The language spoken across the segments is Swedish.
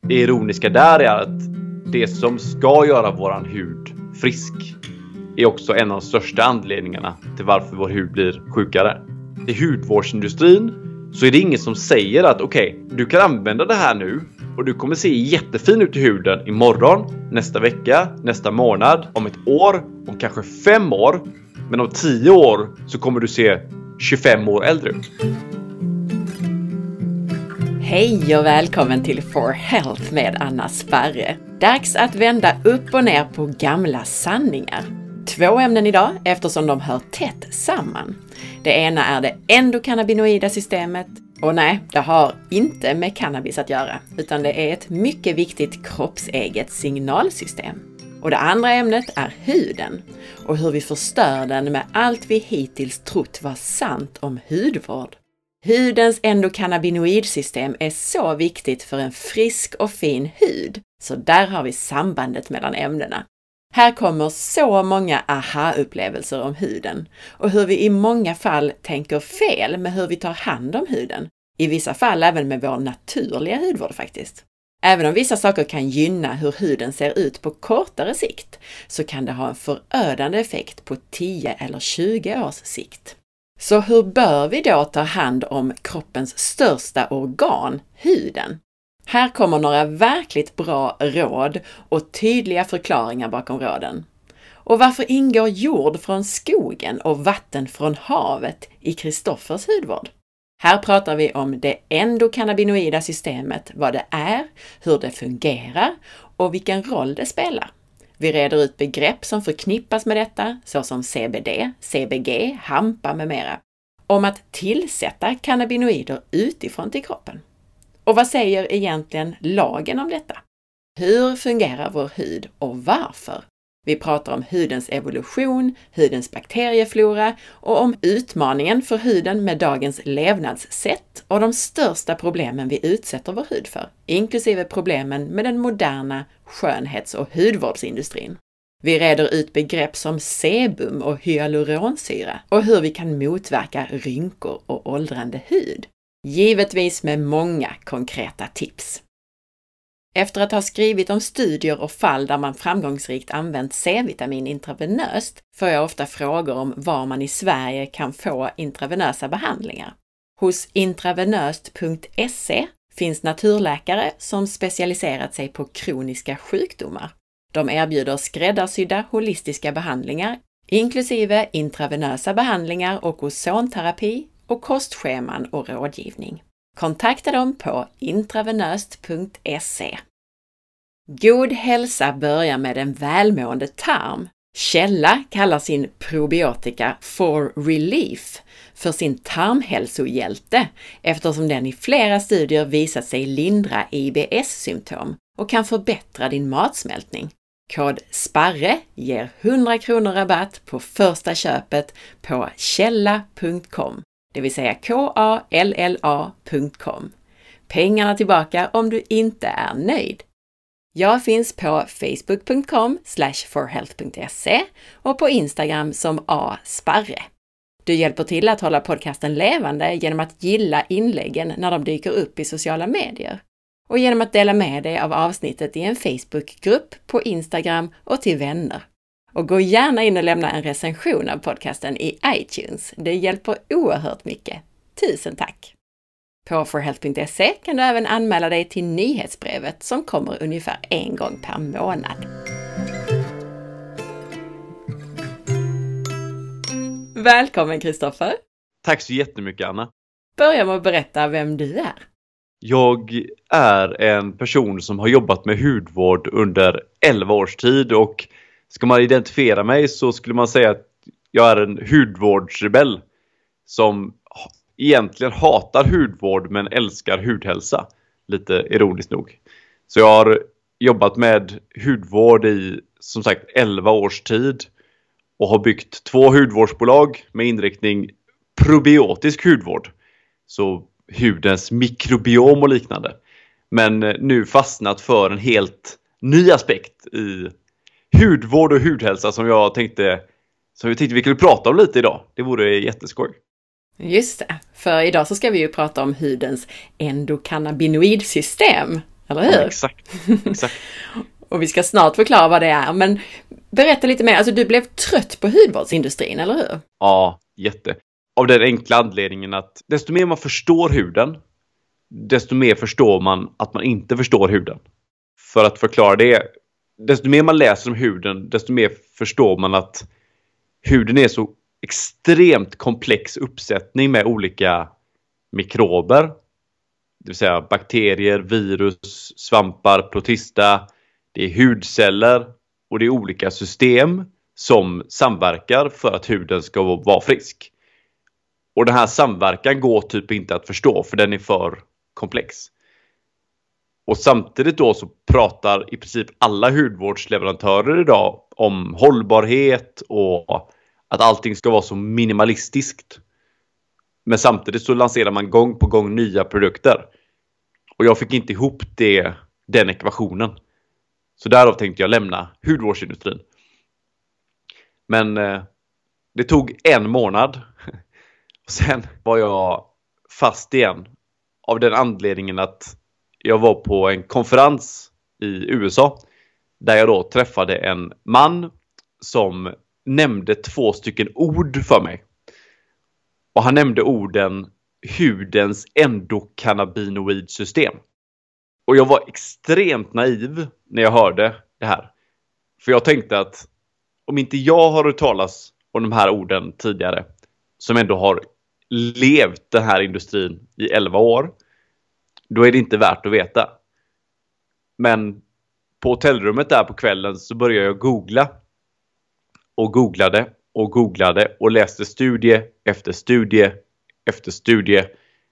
ironiska där är att det som ska göra våran hud frisk är också en av de största anledningarna till varför vår hud blir sjukare. I hudvårdsindustrin så är det ingen som säger att okej, du kan använda det här nu och du kommer se jättefin ut i huden imorgon, nästa vecka, nästa månad, om ett år, om kanske 5 år. Men om 10 år så kommer du se 25 år äldre ut. Hej och välkommen till For Health med Anna Sparre. Dags att vända upp och ner på gamla sanningar. 2 ämnen idag eftersom de hör tätt samman. Det ena är det endokannabinoida systemet. Och nej, det har inte med cannabis att göra, utan det är ett mycket viktigt kroppseget signalsystem. Och det andra ämnet är huden och hur vi förstör den med allt vi hittills trott var sant om hudvård. Hudens endokannabinoidsystem är så viktigt för en frisk och fin hud, så där har vi sambandet mellan ämnena. Här kommer så många aha-upplevelser om huden och hur vi i många fall tänker fel med hur vi tar hand om huden. I vissa fall även med vår naturliga hudvård faktiskt. Även om vissa saker kan gynna hur huden ser ut på kortare sikt så kan det ha en förödande effekt på 10 eller 20 års sikt. Så hur bör vi då ta hand om kroppens största organ, huden? Här kommer några verkligt bra råd och tydliga förklaringar bakom råden. Och varför ingår jord från skogen och vatten från havet i Kristoffers hudvård? Här pratar vi om det endokannabinoida systemet, vad det är, hur det fungerar och vilken roll det spelar. Vi reder ut begrepp som förknippas med detta, såsom CBD, CBG, hampa med mera. Om att tillsätta cannabinoider utifrån till kroppen. Och vad säger egentligen lagen om detta? Hur fungerar vår hud och varför? Vi pratar om hudens evolution, hudens bakterieflora och om utmaningen för huden med dagens levnadssätt och de största problemen vi utsätter vår hud för, inklusive problemen med den moderna skönhets- och hudvårdsindustrin. Vi reder ut begrepp som sebum och hyaluronsyra och hur vi kan motverka rynkor och åldrande hud. Givetvis med många konkreta tips. Efter att ha skrivit om studier och fall där man framgångsrikt använt C-vitamin intravenöst får jag ofta frågor om var man i Sverige kan få intravenösa behandlingar. Hos intravenöst.se finns naturläkare som specialiserat sig på kroniska sjukdomar. De erbjuder skräddarsydda holistiska behandlingar, inklusive intravenösa behandlingar och ozonterapi och kostscheman och rådgivning. Kontakta dem på intravenöst.se. God hälsa börjar med en välmående tarm. Källa kallar sin probiotika For Relief för sin tarmhälsohjälte eftersom den i flera studier visat sig lindra IBS-symptom och kan förbättra din matsmältning. Kod SPARRE ger 100 kronor rabatt på första köpet på källa.com. Det vill säga KALLA.com. Pengarna tillbaka om du inte är nöjd. Jag finns på facebook.com/forhealth.se och på Instagram som asparre. Du hjälper till att hålla podcasten levande genom att gilla inläggen när de dyker upp i sociala medier. Och genom att dela med dig av avsnittet i en Facebookgrupp, på Instagram och till vänner. Och gå gärna in och lämna en recension av podcasten i iTunes. Det hjälper oerhört mycket. Tusen tack! På forhealth.se kan du även anmäla dig till nyhetsbrevet som kommer ungefär 1 gång per månad. Välkommen Kristoffer! Tack så jättemycket Anna. Börja med att berätta vem du är. Jag är en person som har jobbat med hudvård under 11 års tid och ska man identifiera mig så skulle man säga att jag är en hudvårdsrebell som egentligen hatar hudvård men älskar hudhälsa. Lite ironiskt nog. Så jag har jobbat med hudvård i som sagt 11 års tid och har byggt 2 hudvårdsbolag med inriktning probiotisk hudvård. Så hudens mikrobiom och liknande. Men nu fastnat för en helt ny aspekt i hudvård och hudhälsa som jag tänkte vi kunde prata om lite idag. Det vore jätteskoj. Just det, för idag så ska vi ju prata om hudens endokannabinoidsystem. eller hur? Ja, exakt. Och vi ska snart förklara vad det är, men berätta lite mer. Alltså du blev trött på hudvårdsindustrin, eller hur? Ja, jätte. Av den enkla anledningen att desto mer man förstår huden, desto mer förstår man att man inte förstår huden. För att förklara det, desto mer man läser om huden, desto mer förstår man att huden är så extremt komplex uppsättning med olika mikrober. Det vill säga bakterier, virus, svampar, protista. Det är hudceller och det är olika system som samverkar för att huden ska vara frisk. Och den här samverkan går typ inte att förstå för den är för komplex. Och samtidigt då så pratar i princip alla hudvårdsleverantörer idag om hållbarhet och att allting ska vara så minimalistiskt. Men samtidigt så lanserar man gång på gång nya produkter. Och jag fick inte ihop den ekvationen. Så därav tänkte jag lämna hudvårdsindustrin. Men det tog 1 månad. Och sen var jag fast igen. Av den anledningen att jag var på en konferens i USA. Där jag då träffade en man som nämnde 2 stycken ord för mig. Och han nämnde orden hudens endokannabinoidsystem. Och jag var extremt naiv när jag hörde det här. För jag tänkte att om inte jag har hört talas om de här orden tidigare, som ändå har levt den här industrin i 11 år, då är det inte värt att veta. Men på hotellrummet där på kvällen så började jag googla. Och googlade och läste studie efter studie efter studie.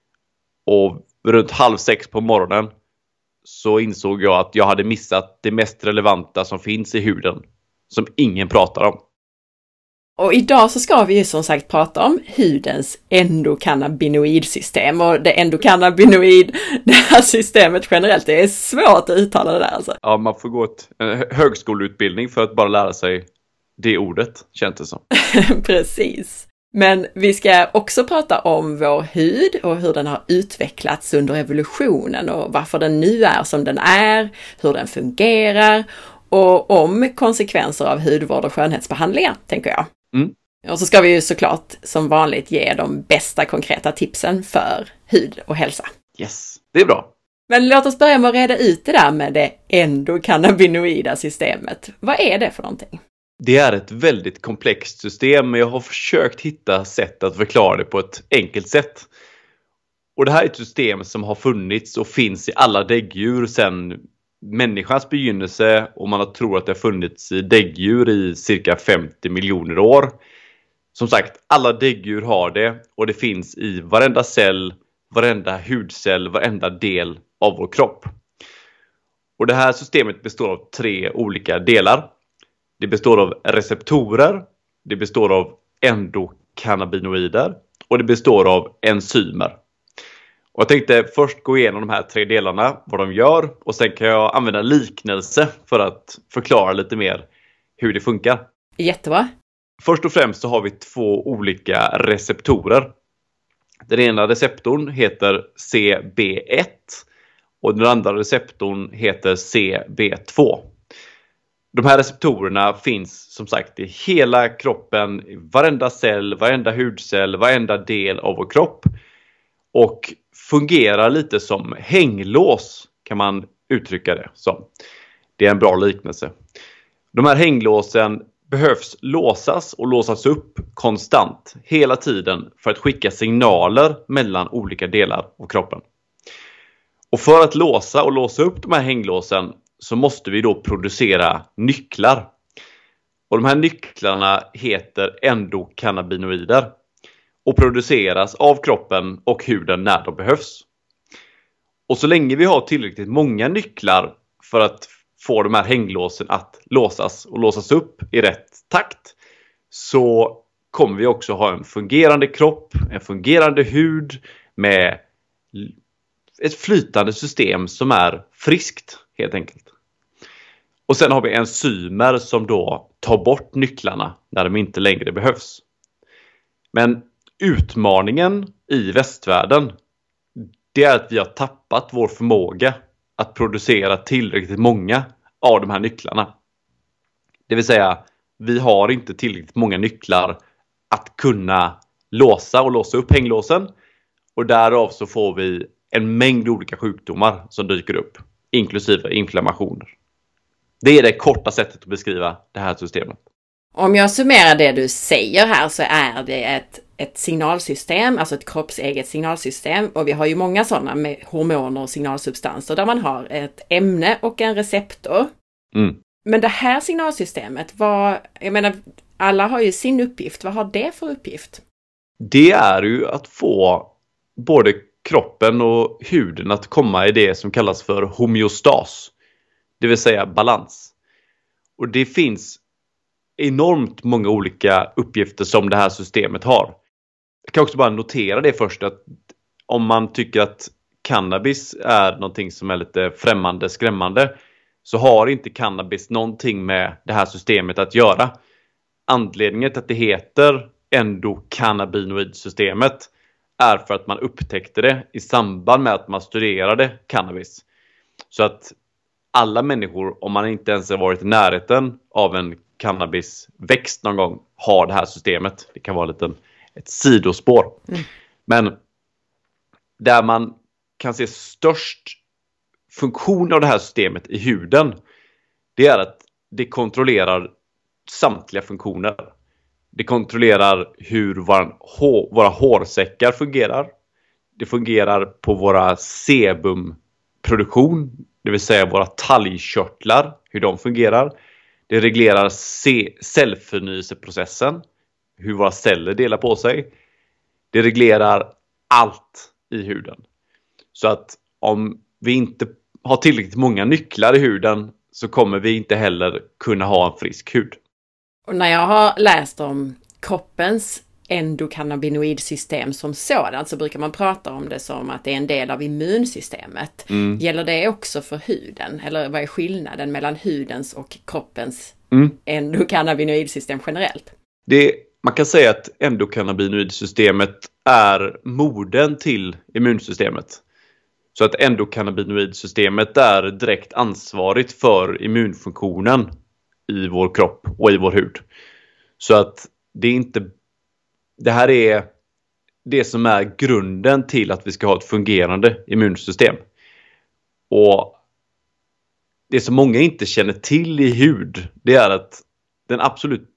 Och runt 5:30 på morgonen så insåg jag att jag hade missat det mest relevanta som finns i huden. Som ingen pratar om. Och idag så ska vi ju som sagt prata om hudens endokannabinoidsystem. Och det det här systemet generellt, det är svårt att uttala det där alltså. Ja, man får gå en högskoleutbildning för att bara lära sig det ordet, känns det som. Precis. Men vi ska också prata om vår hud och hur den har utvecklats under evolutionen och varför den nu är som den är, hur den fungerar och om konsekvenser av hudvård och skönhetsbehandlingar, tänker jag. Mm. Och så ska vi ju såklart som vanligt ge de bästa konkreta tipsen för hud och hälsa. Yes, det är bra. Men låt oss börja med att reda ut det där med det endokannabinoida systemet. Vad är det för någonting? Det är ett väldigt komplext system, men jag har försökt hitta sätt att förklara det på ett enkelt sätt. Och det här är ett system som har funnits och finns i alla däggdjur sedan människans begynnelse, och man har trott att det har funnits i däggdjur i cirka 50 miljoner år. Som sagt, alla däggdjur har det och det finns i varenda cell, varenda hudcell, varenda del av vår kropp. Och det här systemet består av 3 olika delar. Det består av receptorer, det består av endokannabinoider och det består av enzymer. Och jag tänkte först gå igenom de här 3 delarna, vad de gör, och sen kan jag använda liknelse för att förklara lite mer hur det funkar. Jättebra. Först och främst så har vi 2 olika receptorer. Den ena receptorn heter CB1 och den andra receptorn heter CB2. De här receptorerna finns som sagt i hela kroppen, i varenda cell, varenda hudcell, varenda del av vår kropp. Och fungerar lite som hänglås, kan man uttrycka det som. Det är en bra liknelse. De här hänglåsen behövs låsas och låsas upp konstant hela tiden för att skicka signaler mellan olika delar av kroppen. Och för att låsa och låsa upp de här hänglåsen så måste vi då producera nycklar. Och de här nycklarna heter endokannabinoider och produceras av kroppen och huden när de behövs. Och så länge vi har tillräckligt många nycklar för att få de här hänglåsen att låsas och låsas upp i rätt takt, så kommer vi också ha en fungerande kropp, en fungerande hud med ett flytande system som är friskt helt enkelt. Och sen har vi enzymer som då tar bort nycklarna när de inte längre behövs. Men utmaningen i västvärlden, det är att vi har tappat vår förmåga att producera tillräckligt många av de här nycklarna. Det vill säga, vi har inte tillräckligt många nycklar att kunna låsa och låsa upp hänglåsen. Och därav så får vi en mängd olika sjukdomar som dyker upp, inklusive inflammationer. Det är det korta sättet att beskriva det här systemet. Om jag summerar det du säger här så är det ett signalsystem, alltså ett kroppseget signalsystem. Och vi har ju många sådana med hormoner och signalsubstanser där man har ett ämne och en receptor. Mm. Men det här signalsystemet, jag menar, alla har ju sin uppgift. Vad har det för uppgift? Det är ju att få både kroppen och huden att komma i det som kallas för homeostas. Det vill säga balans. Och det finns enormt många olika uppgifter som det här systemet har. Jag kan också bara notera det först, att om man tycker att cannabis är någonting som är lite främmande, skrämmande, så har inte cannabis någonting med det här systemet att göra. Anledningen till att det heter endokannabinoidsystemet är för att man upptäckte det i samband med att man studerade cannabis. Så att alla människor, om man inte ens har varit i närheten av en cannabisväxt någon gång, har det här systemet. Det kan vara ett sidospår. Mm. Men där man kan se störst funktion av det här systemet i huden, det är att det kontrollerar samtliga funktioner. Det kontrollerar hur våra hårsäckar fungerar. Det fungerar på våra sebumproduktion, det vill säga våra talgkörtlar, hur de fungerar. Det reglerar cellförnyelseprocessen, hur våra celler delar på sig. Det reglerar allt i huden. Så att om vi inte har tillräckligt många nycklar i huden så kommer vi inte heller kunna ha en frisk hud. Och när jag har läst om kroppens endokannabinoidsystem som sådant så brukar man prata om det som att det är en del av immunsystemet. Mm. Gäller det också för huden? Eller vad är skillnaden mellan hudens och kroppens endokannabinoidsystem generellt? Man kan säga att endokannabinoidsystemet är modern till immunsystemet. Så att endokannabinoidsystemet är direkt ansvarigt för immunfunktionen i vår kropp och i vår hud. Så att det här är det som är grunden till att vi ska ha ett fungerande immunsystem. Och det som många inte känner till i hud, det är att det absolut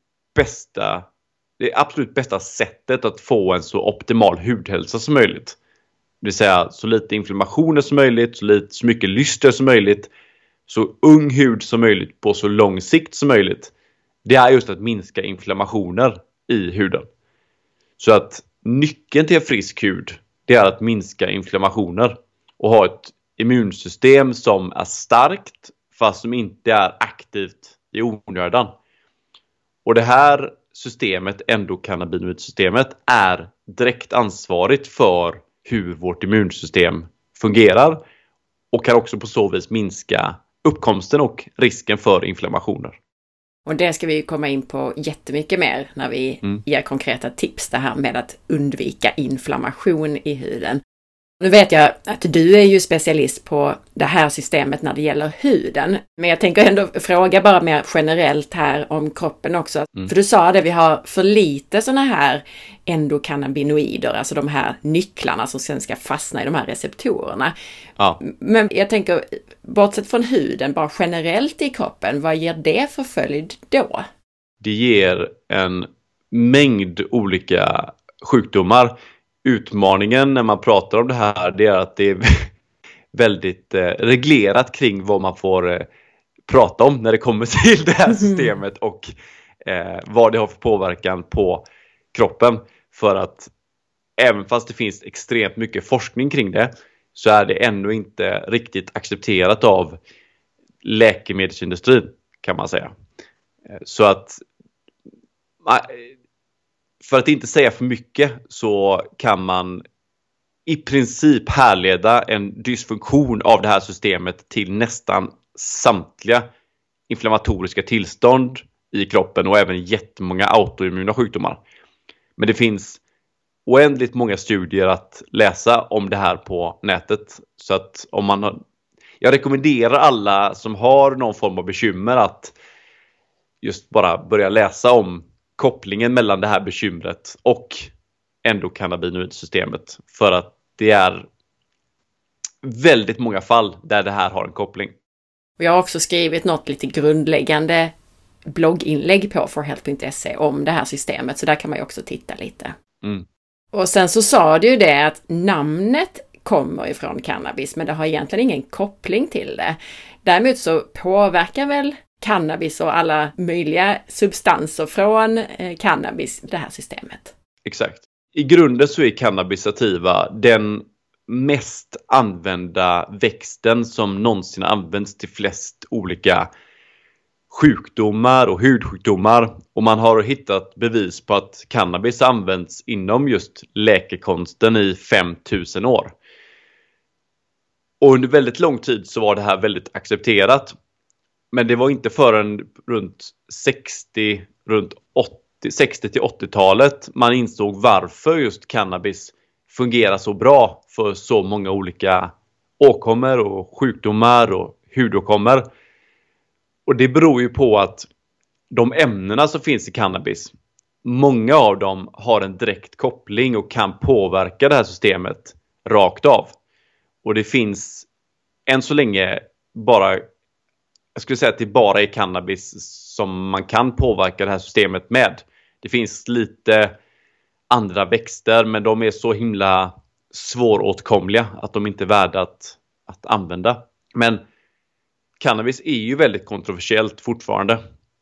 bästa sättet att få en så optimal hudhälsa som möjligt, det vill säga så lite inflammationer som möjligt, så mycket lyster som möjligt, så ung hud som möjligt på så lång sikt som möjligt, det är just att minska inflammationer i huden. Så att nyckeln till en frisk hud, det är att minska inflammationer och ha ett immunsystem som är starkt fast som inte är aktivt i onödan. Och det här systemet, endokannabinoidsystemet, är direkt ansvarigt för hur vårt immunsystem fungerar och kan också på så vis minska uppkomsten och risken för inflammationer. Och det ska vi komma in på jättemycket mer när vi ger konkreta tips, det här med att undvika inflammation i huden. Nu vet jag att du är ju specialist på det här systemet när det gäller huden. Men jag tänker ändå fråga bara mer generellt här om kroppen också. För du sa det, vi har för lite såna här endokannabinoider, alltså de här nycklarna som sen ska fastna i de här receptorerna. Ja. Men jag tänker, bortsett från huden, bara generellt i kroppen, vad ger det för följd då? Det ger en mängd olika sjukdomar. Utmaningen när man pratar om det här, det är att det är väldigt reglerat kring vad man får prata om när det kommer till det här systemet och vad det har för påverkan på kroppen. För att även fast det finns extremt mycket forskning kring det, så är det ännu inte riktigt accepterat av läkemedelsindustrin, kan man säga. Så att för att inte säga för mycket, så kan man i princip härleda en dysfunktion av det här systemet till nästan samtliga inflammatoriska tillstånd i kroppen och även jättemånga autoimmuna sjukdomar. Men det finns oändligt många studier att läsa om det här på nätet. Så att Jag rekommenderar alla som har någon form av bekymmer att just bara börja läsa om kopplingen mellan det här bekymret och endokannabinoidsystemet. För att det är väldigt många fall där det här har en koppling. Jag har också skrivit något lite grundläggande blogginlägg på forhealth.se om det här systemet, så där kan man ju också titta lite. Och sen så sa du ju det att namnet kommer ifrån cannabis, men det har egentligen ingen koppling till det. Däremot så påverkar väl cannabis och alla möjliga substanser från cannabis det här systemet. Exakt. I grunden så är cannabis sativa den mest använda växten som någonsin används till flest olika sjukdomar och hudsjukdomar. Och man har hittat bevis på att cannabis används inom just läkekonsten i 5000 år. Och under väldigt lång tid så var det här väldigt accepterat. Men det var inte förrän runt 60 till 80-talet man insåg varför just cannabis fungerar så bra för så många olika åkommor och sjukdomar och hudåkommor. Och det beror ju på att de ämnena som finns i cannabis, många av dem har en direkt koppling och kan påverka det här systemet rakt av. Och det finns än så länge bara, jag skulle säga att det bara är cannabis som man kan påverka det här systemet med. Det finns lite andra växter, men de är så himla svåråtkomliga att de inte är värda att använda. Men cannabis är ju väldigt kontroversiellt fortfarande.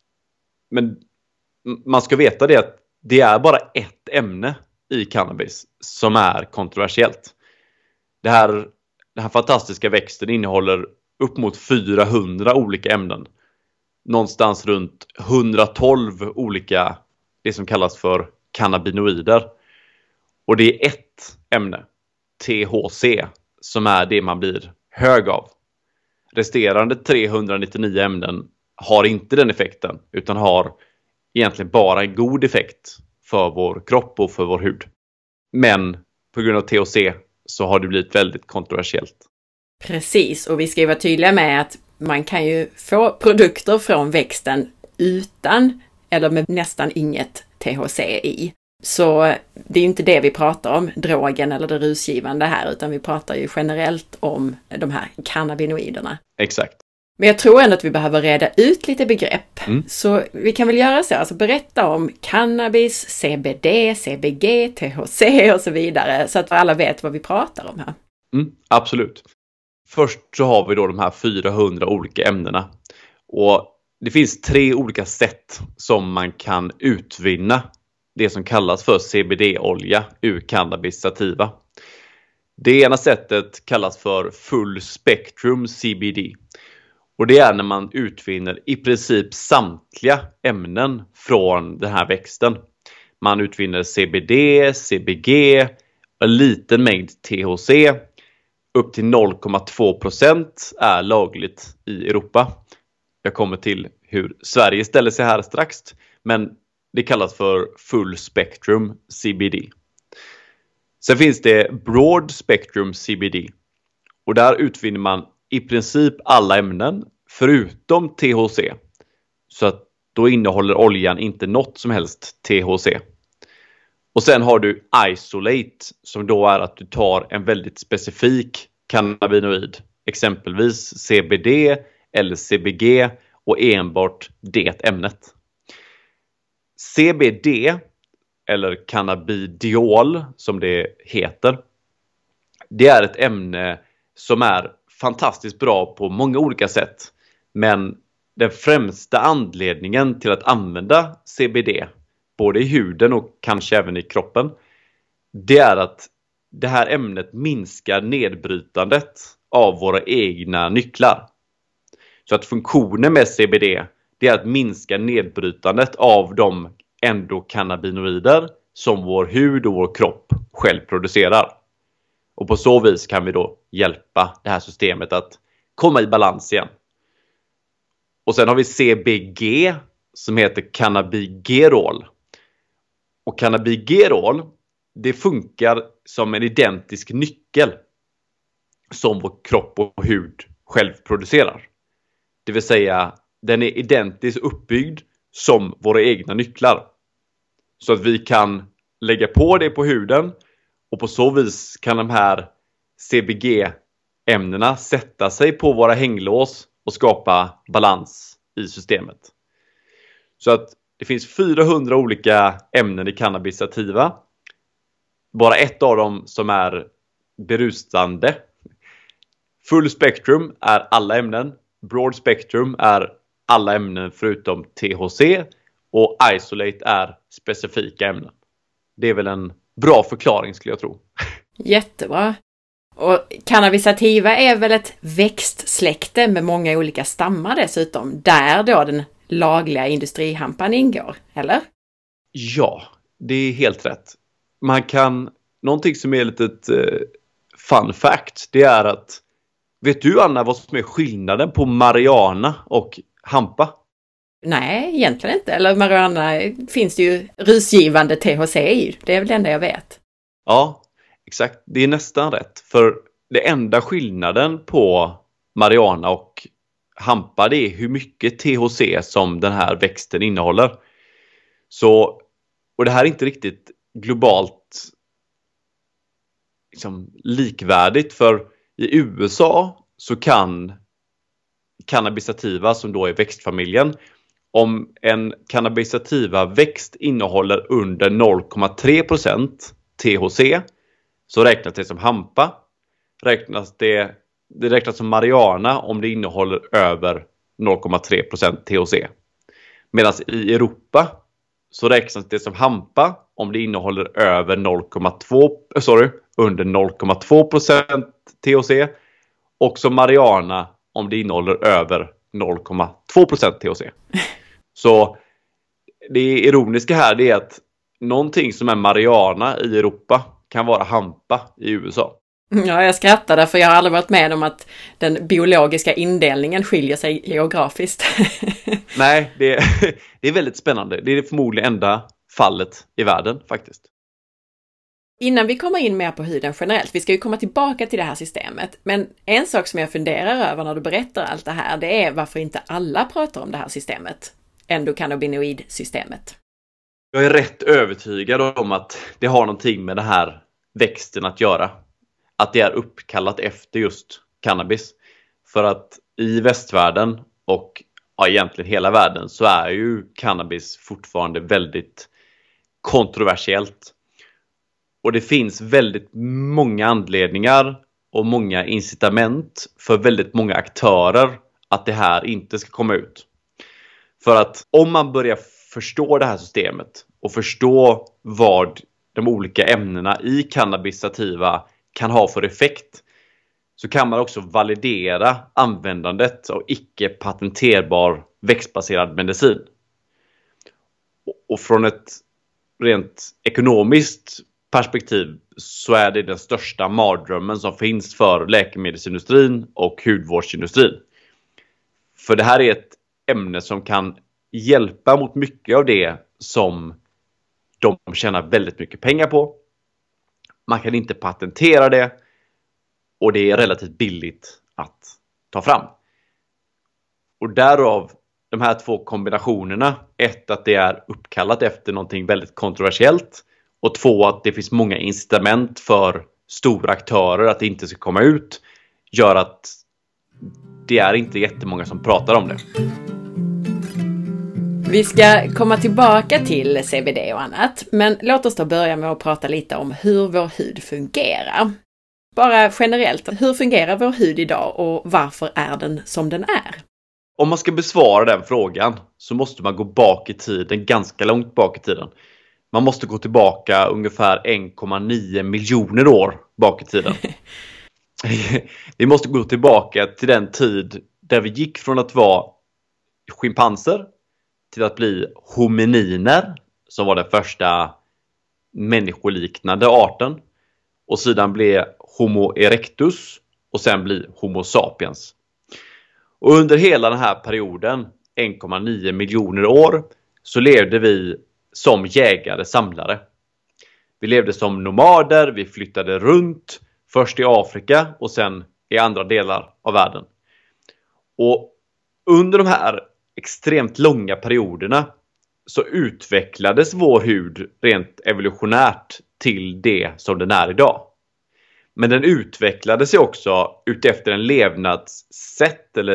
Men man ska veta det att det är bara ett ämne i cannabis som är kontroversiellt. Den här fantastiska växten innehåller upp mot 400 olika ämnen. Någonstans runt 112 olika, det som kallas för cannabinoider. Och det är ett ämne, THC, som är det man blir hög av. Resterande 399 ämnen har inte den effekten, utan har egentligen bara en god effekt för vår kropp och för vår hud. Men på grund av THC så har det blivit väldigt kontroversiellt. Precis, och vi ska ju vara tydliga med att man kan ju få produkter från växten utan eller med nästan inget THC i. Så det är inte det vi pratar om, drogen eller det rusgivande här, utan vi pratar ju generellt om de här cannabinoiderna. Exakt. Men jag tror ändå att vi behöver reda ut lite begrepp. Så vi kan väl göra så, alltså berätta om cannabis, CBD, CBG, THC och så vidare, så att alla vet vad vi pratar om här. Absolut. Först så har vi då de här 400 olika ämnena. Och det finns 3 olika sätt som man kan utvinna det som kallas för CBD-olja ur cannabis sativa. Det ena sättet kallas för full spectrum CBD. Och det är när man utvinner i princip samtliga ämnen från den här växten. Man utvinner CBD, CBG, en liten mängd THC. Upp till 0,2% är lagligt i Europa. Jag kommer till hur Sverige ställer sig här strax. Men det kallas för full spectrum CBD. Sen finns det broad spectrum CBD. Och där utvinner man i princip alla ämnen förutom THC. Så att då innehåller oljan inte något som helst THC. Och sen har du isolate, som då är att du tar en väldigt specifik cannabinoid. Exempelvis CBD eller CBG och enbart det ämnet. CBD eller cannabidiol som det heter. Det är ett ämne som är fantastiskt bra på många olika sätt. Men den främsta anledningen till att använda CBD, både i huden och kanske även i kroppen, det är att det här ämnet minskar nedbrytandet av våra egna nycklar. Så att funktionen med CBD, det är att minska nedbrytandet av de endokannabinoider som vår hud och vår kropp själv producerar. Och på så vis kan vi då hjälpa det här systemet att komma i balans igen. Och sen har vi CBG som heter cannabigerol. Och cannabigerol, det funkar som en identisk nyckel som vår kropp och hud själv producerar. Det vill säga, den är identiskt uppbyggd som våra egna nycklar. Så att vi kan lägga på det på huden och på så vis kan de här CBG-ämnena sätta sig på våra hänglås och skapa balans i systemet. Så att det finns 400 olika ämnen i cannabis sativa. Bara ett av dem som är berusande. Full spectrum är alla ämnen. Broad spectrum är alla ämnen förutom THC. Och isolate är specifika ämnen. Det är väl en bra förklaring skulle jag tro. Jättebra. Och cannabis sativa är väl ett växtsläkte med många olika stammar dessutom. Där då den lagliga industrihampan ingår, eller? Ja, det är helt rätt. Någonting som är lite fun fact, det är att vet du Anna vad som är skillnaden på marijuana och hampa? Nej, egentligen inte. Eller marijuana finns det ju rusgivande THC i. Det är väl det enda jag vet. Ja, exakt. Det är nästan rätt. För det enda skillnaden på marijuana och hampa det är hur mycket THC som den här växten innehåller. Så, och det här är inte riktigt globalt liksom, likvärdigt. För i USA så kan cannabis sativa som då är växtfamiljen. Om en cannabis sativa växt innehåller under 0,3% THC så räknas det som hampa. Det räknas som marijuana om det innehåller över 0,3% THC. Medan i Europa så räknas det som hampa om det innehåller under 0,2% THC. Och som marijuana om det innehåller över 0,2% THC. Så det ironiska här är att någonting som är marijuana i Europa kan vara hampa i USA. Ja, jag skrattar därför jag har aldrig varit med om att den biologiska indelningen skiljer sig geografiskt. Nej, det är väldigt spännande. Det är förmodligen enda fallet i världen faktiskt. Innan vi kommer in mer på huden generellt, vi ska ju komma tillbaka till det här systemet. Men en sak som jag funderar över när du berättar allt det här, det är varför inte alla pratar om det här systemet. Endokannabinoidsystemet. Jag är rätt övertygad om att det har någonting med den här växten att göra. Att det är uppkallat efter just cannabis. För att i västvärlden och egentligen hela världen så är ju cannabis fortfarande väldigt kontroversiellt. Och det finns väldigt många anledningar och många incitament för väldigt många aktörer att det här inte ska komma ut. För att om man börjar förstå det här systemet och förstå vad de olika ämnena i cannabis sativa kan ha för effekt så kan man också validera användandet av icke patenterbar växtbaserad medicin. Och från ett rent ekonomiskt perspektiv så är det den största mardrömmen som finns för läkemedelsindustrin och hudvårdsindustrin. För det här är ett ämne som kan hjälpa mot mycket av det som de tjänar väldigt mycket pengar på. Man kan inte patentera det och det är relativt billigt att ta fram. Och därav de här två kombinationerna. Ett, att det är uppkallat efter någonting väldigt kontroversiellt. Och två, att det finns många incitament för stora aktörer att det inte ska komma ut. Gör att det är inte jättemånga som pratar om det. Vi ska komma tillbaka till CBD och annat. Men låt oss då börja med att prata lite om hur vår hud fungerar. Bara generellt, hur fungerar vår hud idag och varför är den som den är? Om man ska besvara den frågan så måste man gå bak i tiden, ganska långt bak i tiden. Man måste gå tillbaka ungefär 1,9 miljoner år bak i tiden. Vi måste gå tillbaka till den tid där vi gick från att vara schimpanser till att bli homininer, som var den första människoliknande arten. Och sedan blev Homo erectus och sen blir Homo sapiens. Och under hela den här perioden, 1,9 miljoner år, så levde vi som jägare-samlare. Vi levde som nomader, vi flyttade runt, först i Afrika och sen i andra delar av världen. Och under de här extremt långa perioderna så utvecklades vår hud rent evolutionärt till det som den är idag. Men den utvecklade sig också utefter en levnadssätt eller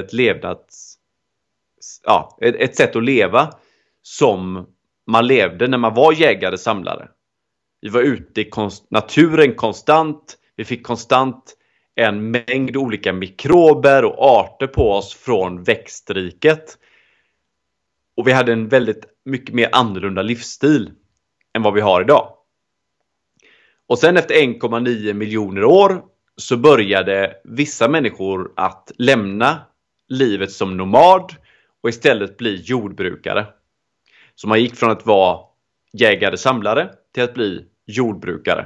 ett sätt att leva som man levde när man var jägare samlare. Vi var ute i naturen konstant. Vi fick konstant en mängd olika mikrober och arter på oss från växtriket. Och vi hade en väldigt mycket mer annorlunda livsstil än vad vi har idag. Och sen efter 1,9 miljoner år så började vissa människor att lämna livet som nomad och istället bli jordbrukare. Så man gick från att vara jägare-samlare till att bli jordbrukare.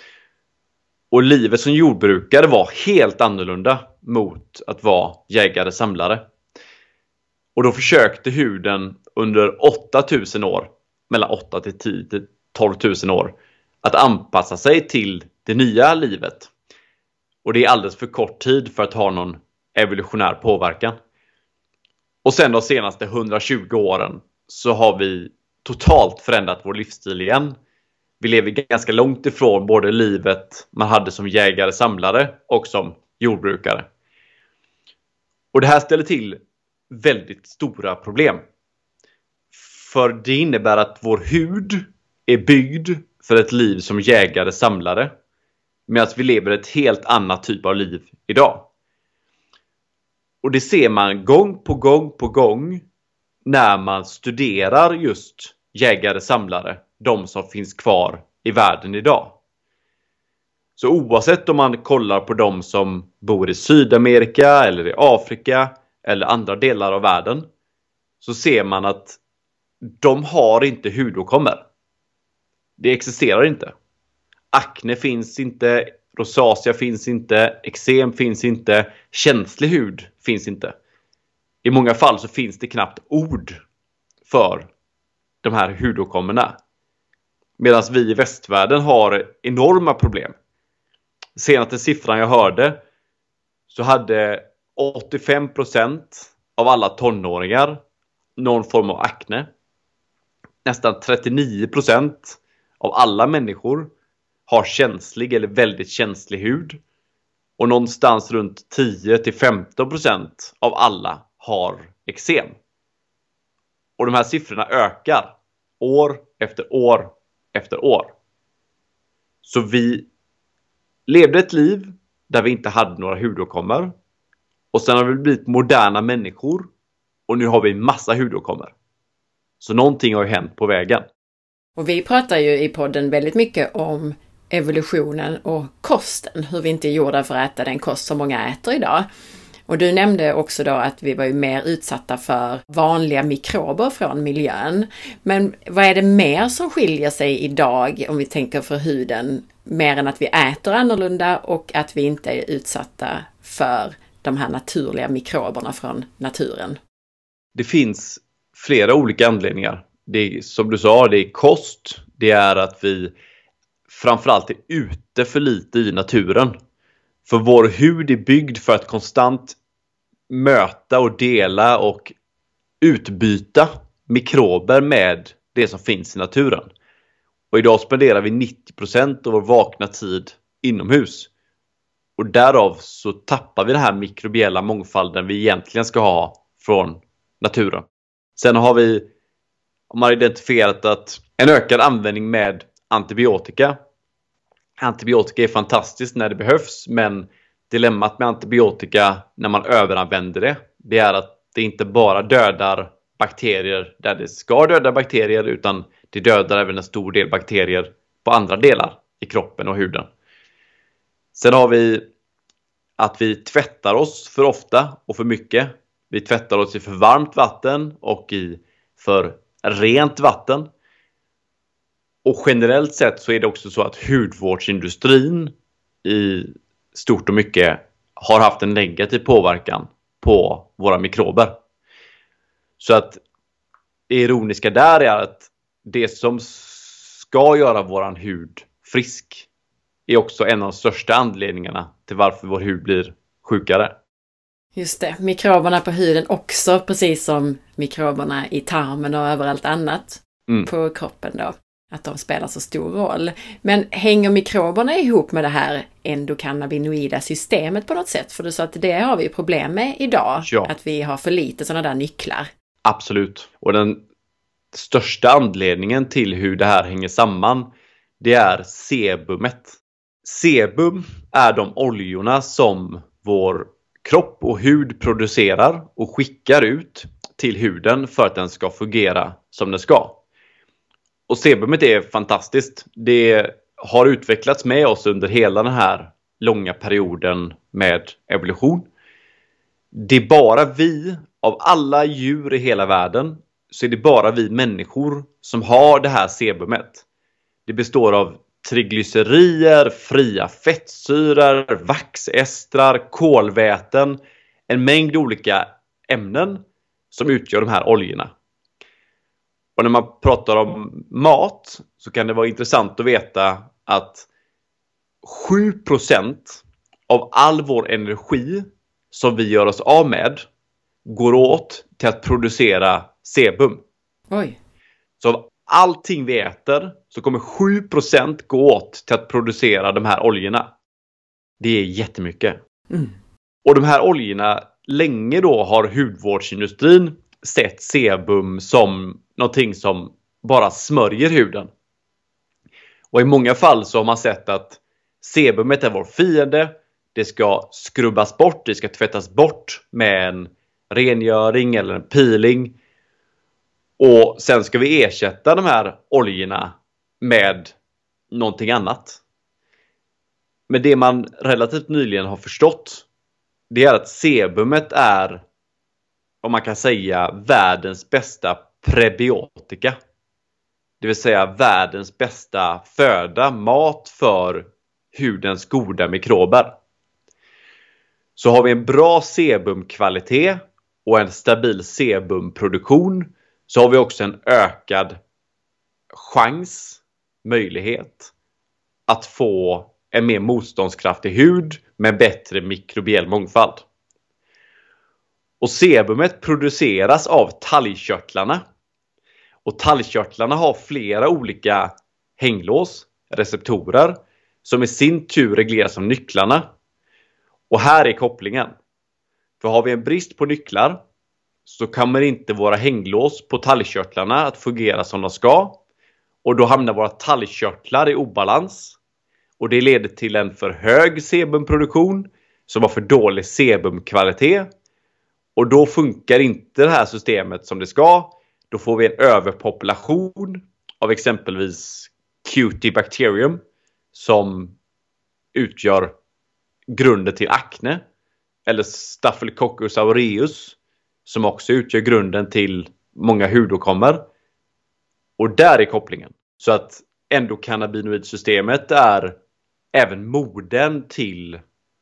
Och livet som jordbrukare var helt annorlunda mot att vara jägare-samlare. Och då försökte huden under 8000 år, mellan 8 till 10 till 12 000 år, att anpassa sig till det nya livet. Och det är alldeles för kort tid för att ha någon evolutionär påverkan. Och sen de senaste 120 åren så har vi totalt förändrat vår livsstil igen. Vi lever ganska långt ifrån både livet man hade som jägare-samlare och som jordbrukare. Och det här ställer till väldigt stora problem. För det innebär att vår hud är byggd för ett liv som jägare-samlare. Medan vi lever ett helt annat typ av liv idag. Och det ser man gång på gång när man studerar just jägare-samlare. De som finns kvar i världen idag. Så oavsett om man kollar på de som bor i Sydamerika eller i Afrika eller andra delar av världen, så ser man att de har inte hudåkommor. Det existerar inte. Akne finns inte, rosacea finns inte, eksem finns inte, känslig hud finns inte. I många fall så finns det knappt ord för de här hudåkommorna. Medan vi i västvärlden har enorma problem. Senaste siffran jag hörde så hade 85% av alla tonåringar någon form av akne. Nästan 39% av alla människor har känslig eller väldigt känslig hud. Och någonstans runt 10-15% av alla har eksem. Och de här siffrorna ökar år efter år efter år. Så vi levde ett liv där vi inte hade några hudåkommor. Och sen har vi blivit moderna människor. Och nu har vi en massa hudåkommor. Så någonting har ju hänt på vägen. Och vi pratar ju i podden väldigt mycket om evolutionen och kosten. Hur vi inte är gjorda för att äta den kost som många äter idag. Och du nämnde också då att vi var ju mer utsatta för vanliga mikrober från miljön. Men vad är det mer som skiljer sig idag om vi tänker för huden? Mer än att vi äter annorlunda och att vi inte är utsatta för de här naturliga mikroberna från naturen. Det finns flera olika anledningar. Det är, som du sa, det är kost. Det är att vi framförallt är ute för lite i naturen. För vår hud är byggd för att konstant möta och dela och utbyta mikrober med det som finns i naturen. Och idag spenderar vi 90% av vår vakna tid inomhus. Och därav så tappar vi den här mikrobiella mångfalden vi egentligen ska ha från naturen. Sen har man identifierat att en ökad användning med antibiotika. Antibiotika är fantastiskt när det behövs, men dilemmat med antibiotika när man överanvänder det är att det inte bara dödar bakterier där det ska döda bakterier, utan det dödar även en stor del bakterier på andra delar i kroppen och huden. Sen har vi att vi tvättar oss för ofta och för mycket. Vi tvättar oss i för varmt vatten och i för rent vatten. Och generellt sett så är det också så att hudvårdsindustrin i stort och mycket har haft en negativ påverkan på våra mikrober. Så att det ironiska där är att det som ska göra våran hud frisk är också en av de största anledningarna till varför vår hud blir sjukare. Just det, mikroberna på huden också, precis som mikroberna i tarmen och överallt annat på kroppen då. Att de spelar så stor roll. Men hänger mikroberna ihop med det här endokannabinoida systemet på något sätt? För du sa att det har vi problem med idag. Ja. Att vi har för lite sådana där nycklar. Absolut. Och den största anledningen till hur det här hänger samman, det är sebumet. Sebum är de oljorna som vår kropp och hud producerar och skickar ut till huden för att den ska fungera som den ska. Och sebumet är fantastiskt. Det har utvecklats med oss under hela den här långa perioden med evolution. Det är bara vi, av alla djur i hela världen, så är det bara vi människor som har det här sebumet. Det består av triglycerier, fria fettsyror, vaxestrar, kolväten, en mängd olika ämnen som utgör de här oljorna. Och när man pratar om mat så kan det vara intressant att veta att 7% av all vår energi som vi gör oss av med går åt till att producera sebum. Oj. Så av allting vi äter så kommer 7% gå åt till att producera de här oljorna. Det är jättemycket. Och de här oljorna, länge då har hudvårdsindustrin sett sebum som någonting som bara smörjer huden. Och i många fall så har man sett att sebumet är vår fiende. Det ska skrubbas bort, det ska tvättas bort med en rengöring eller en peeling. Och sen ska vi ersätta de här oljorna med någonting annat. Men det man relativt nyligen har förstått, det är att sebumet är, om man kan säga, världens bästa prebiotika. Det vill säga världens bästa föda, mat för hudens goda mikrober. Så har vi en bra sebumkvalitet och en stabil sebumproduktion, så har vi också en ökad möjlighet att få en mer motståndskraftig hud med bättre mikrobiell mångfald. Och sebumet produceras av talgkörtlarna. Och talgkörtlarna har flera olika hänglås, receptorer, som i sin tur regleras av nycklarna. Och här är kopplingen. För har vi en brist på nycklar så kommer inte våra hänglås på talgkörtlarna att fungera som de ska. Och då hamnar våra talgkörtlar i obalans. Och det leder till en för hög sebumproduktion som har för dålig sebumkvalitet. Och då funkar inte det här systemet som det ska. Då får vi en överpopulation av exempelvis Cutibacterium som utgör grunden till akne. Eller Staphylococcus aureus som också utgör grunden till många hudåkommor. Och där är kopplingen. Så att endokannabinoidsystemet är även modern till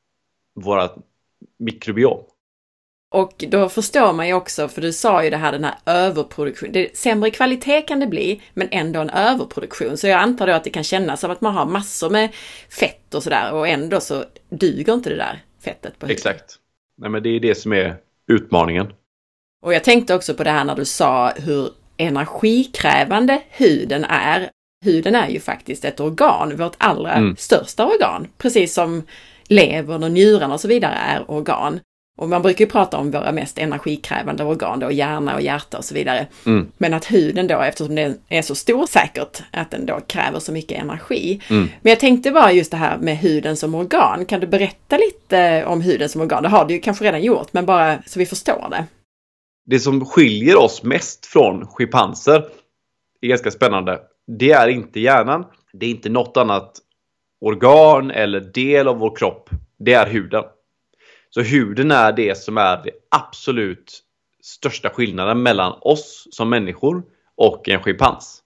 våra mikrobiom. Och då förstår man ju också, för du sa ju det här, den här överproduktion. Sämre kvalitet kan det bli, men ändå en överproduktion. Så jag antar då att det kan kännas som att man har massor med fett och sådär, och ändå så duger inte det där fettet på huden. Exakt. Nej, men det är det som är utmaningen. Och jag tänkte också på det här när du sa hur energikrävande huden är. Huden är ju faktiskt ett organ, vårt allra största organ. Precis som levern och njurarna och så vidare är organ. Och man brukar ju prata om våra mest energikrävande organ då, hjärna och hjärta och så vidare. Men att huden då, eftersom den är så stor säkert, att den då kräver så mycket energi. Men jag tänkte bara just det här med huden som organ. Kan du berätta lite om huden som organ? Det har du ju kanske redan gjort, men bara så vi förstår det. Det som skiljer oss mest från schimpanser är ganska spännande. Det är inte hjärnan. Det är inte något annat organ eller del av vår kropp. Det är huden. Så huden är det som är det absolut största skillnaden mellan oss som människor och en schimpans.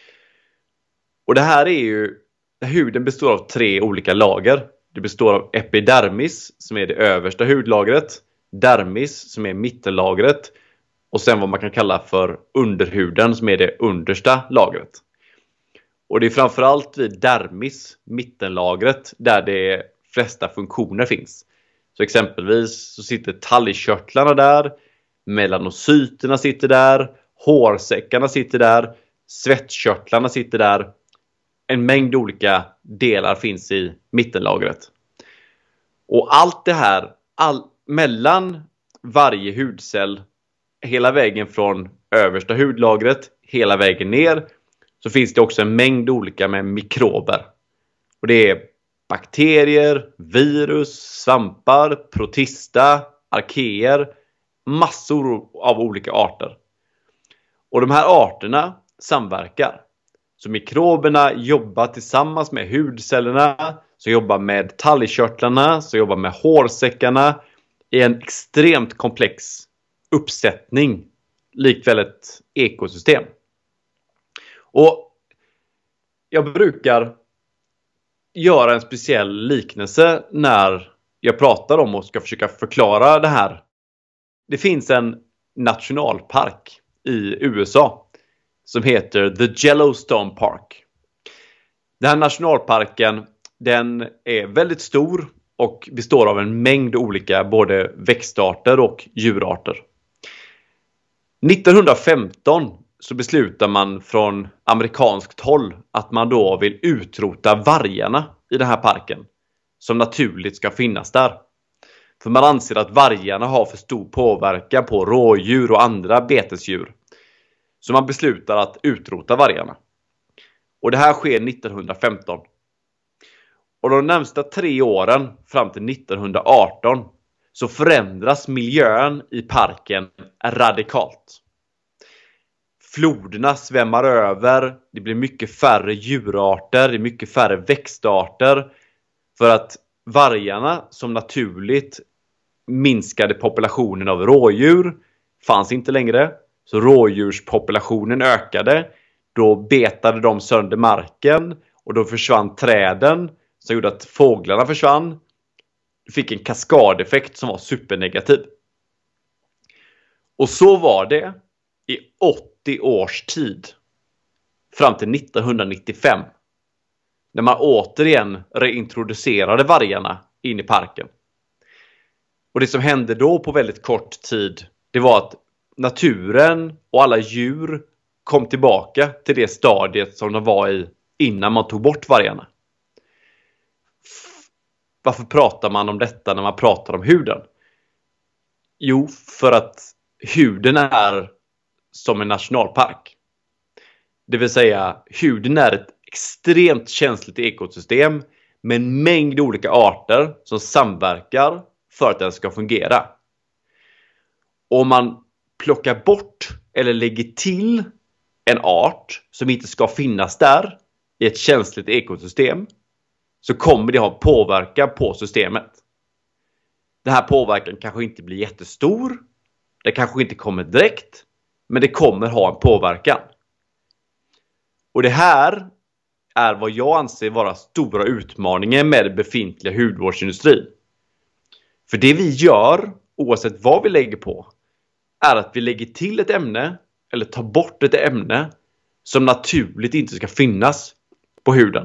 Och det här är ju, huden består av 3 olika lager. Det består av epidermis som är det översta hudlagret, dermis som är mittenlagret och sen vad man kan kalla för underhuden som är det understa lagret. Och det är framförallt vid dermis, mittenlagret, där de flesta funktioner finns. Så exempelvis så sitter talgkörtlarna där, melanocyterna sitter där, hårsäckarna sitter där, svettkörtlarna sitter där. En mängd olika delar finns i mittenlagret. Och allt det här, mellan varje hudcell, hela vägen från översta hudlagret, hela vägen ner, så finns det också en mängd olika med mikrober. Och det är bakterier, virus, svampar, protista, arkeer, massor av olika arter. Och de här arterna samverkar. Så mikroberna jobbar tillsammans med hudcellerna, som jobbar med talgkörtlarna, som jobbar med hårsäckarna i en extremt komplex uppsättning, likväl ett ekosystem. Och jag brukar göra en speciell liknelse när jag pratar om och ska försöka förklara det här. Det finns en nationalpark i USA som heter The Yellowstone Park. Den här nationalparken, den är väldigt stor och består av en mängd olika både växtarter och djurarter. 1915 så beslutar man från amerikanskt håll att man då vill utrota vargarna i den här parken som naturligt ska finnas där. För man anser att vargarna har för stor påverkan på rådjur och andra betesdjur. Så man beslutar att utrota vargarna. Och det här sker 1915. Och de närmsta 3 åren fram till 1918 så förändras miljön i parken radikalt. Floderna svämmar över, det blir mycket färre djurarter, det är mycket färre växtarter. För att vargarna som naturligt minskade populationen av rådjur fanns inte längre. Så rådjurspopulationen ökade, då betade de sönder marken och då försvann träden som gjorde att fåglarna försvann. Du fick en kaskadeffekt som var supernegativ. Och så var det i 80 års tid. Fram till 1995. När man återigen reintroducerade vargarna in i parken. Och det som hände då på väldigt kort tid, det var att naturen och alla djur kom tillbaka till det stadiet som de var i innan man tog bort vargarna. Varför pratar man om detta när man pratar om huden? Jo, för att huden är som en nationalpark. Det vill säga, huden är ett extremt känsligt ekosystem med en mängd olika arter som samverkar för att den ska fungera. Om man plockar bort eller lägger till en art som inte ska finnas där i ett känsligt ekosystem, så kommer det ha påverkan på systemet. Den här påverkan kanske inte blir jättestor. Det kanske inte kommer direkt. Men det kommer ha en påverkan. Och det här är vad jag anser vara stora utmaningen med befintliga hudvårdsindustrin. För det vi gör, oavsett vad vi lägger på, är att vi lägger till ett ämne eller tar bort ett ämne som naturligt inte ska finnas på huden.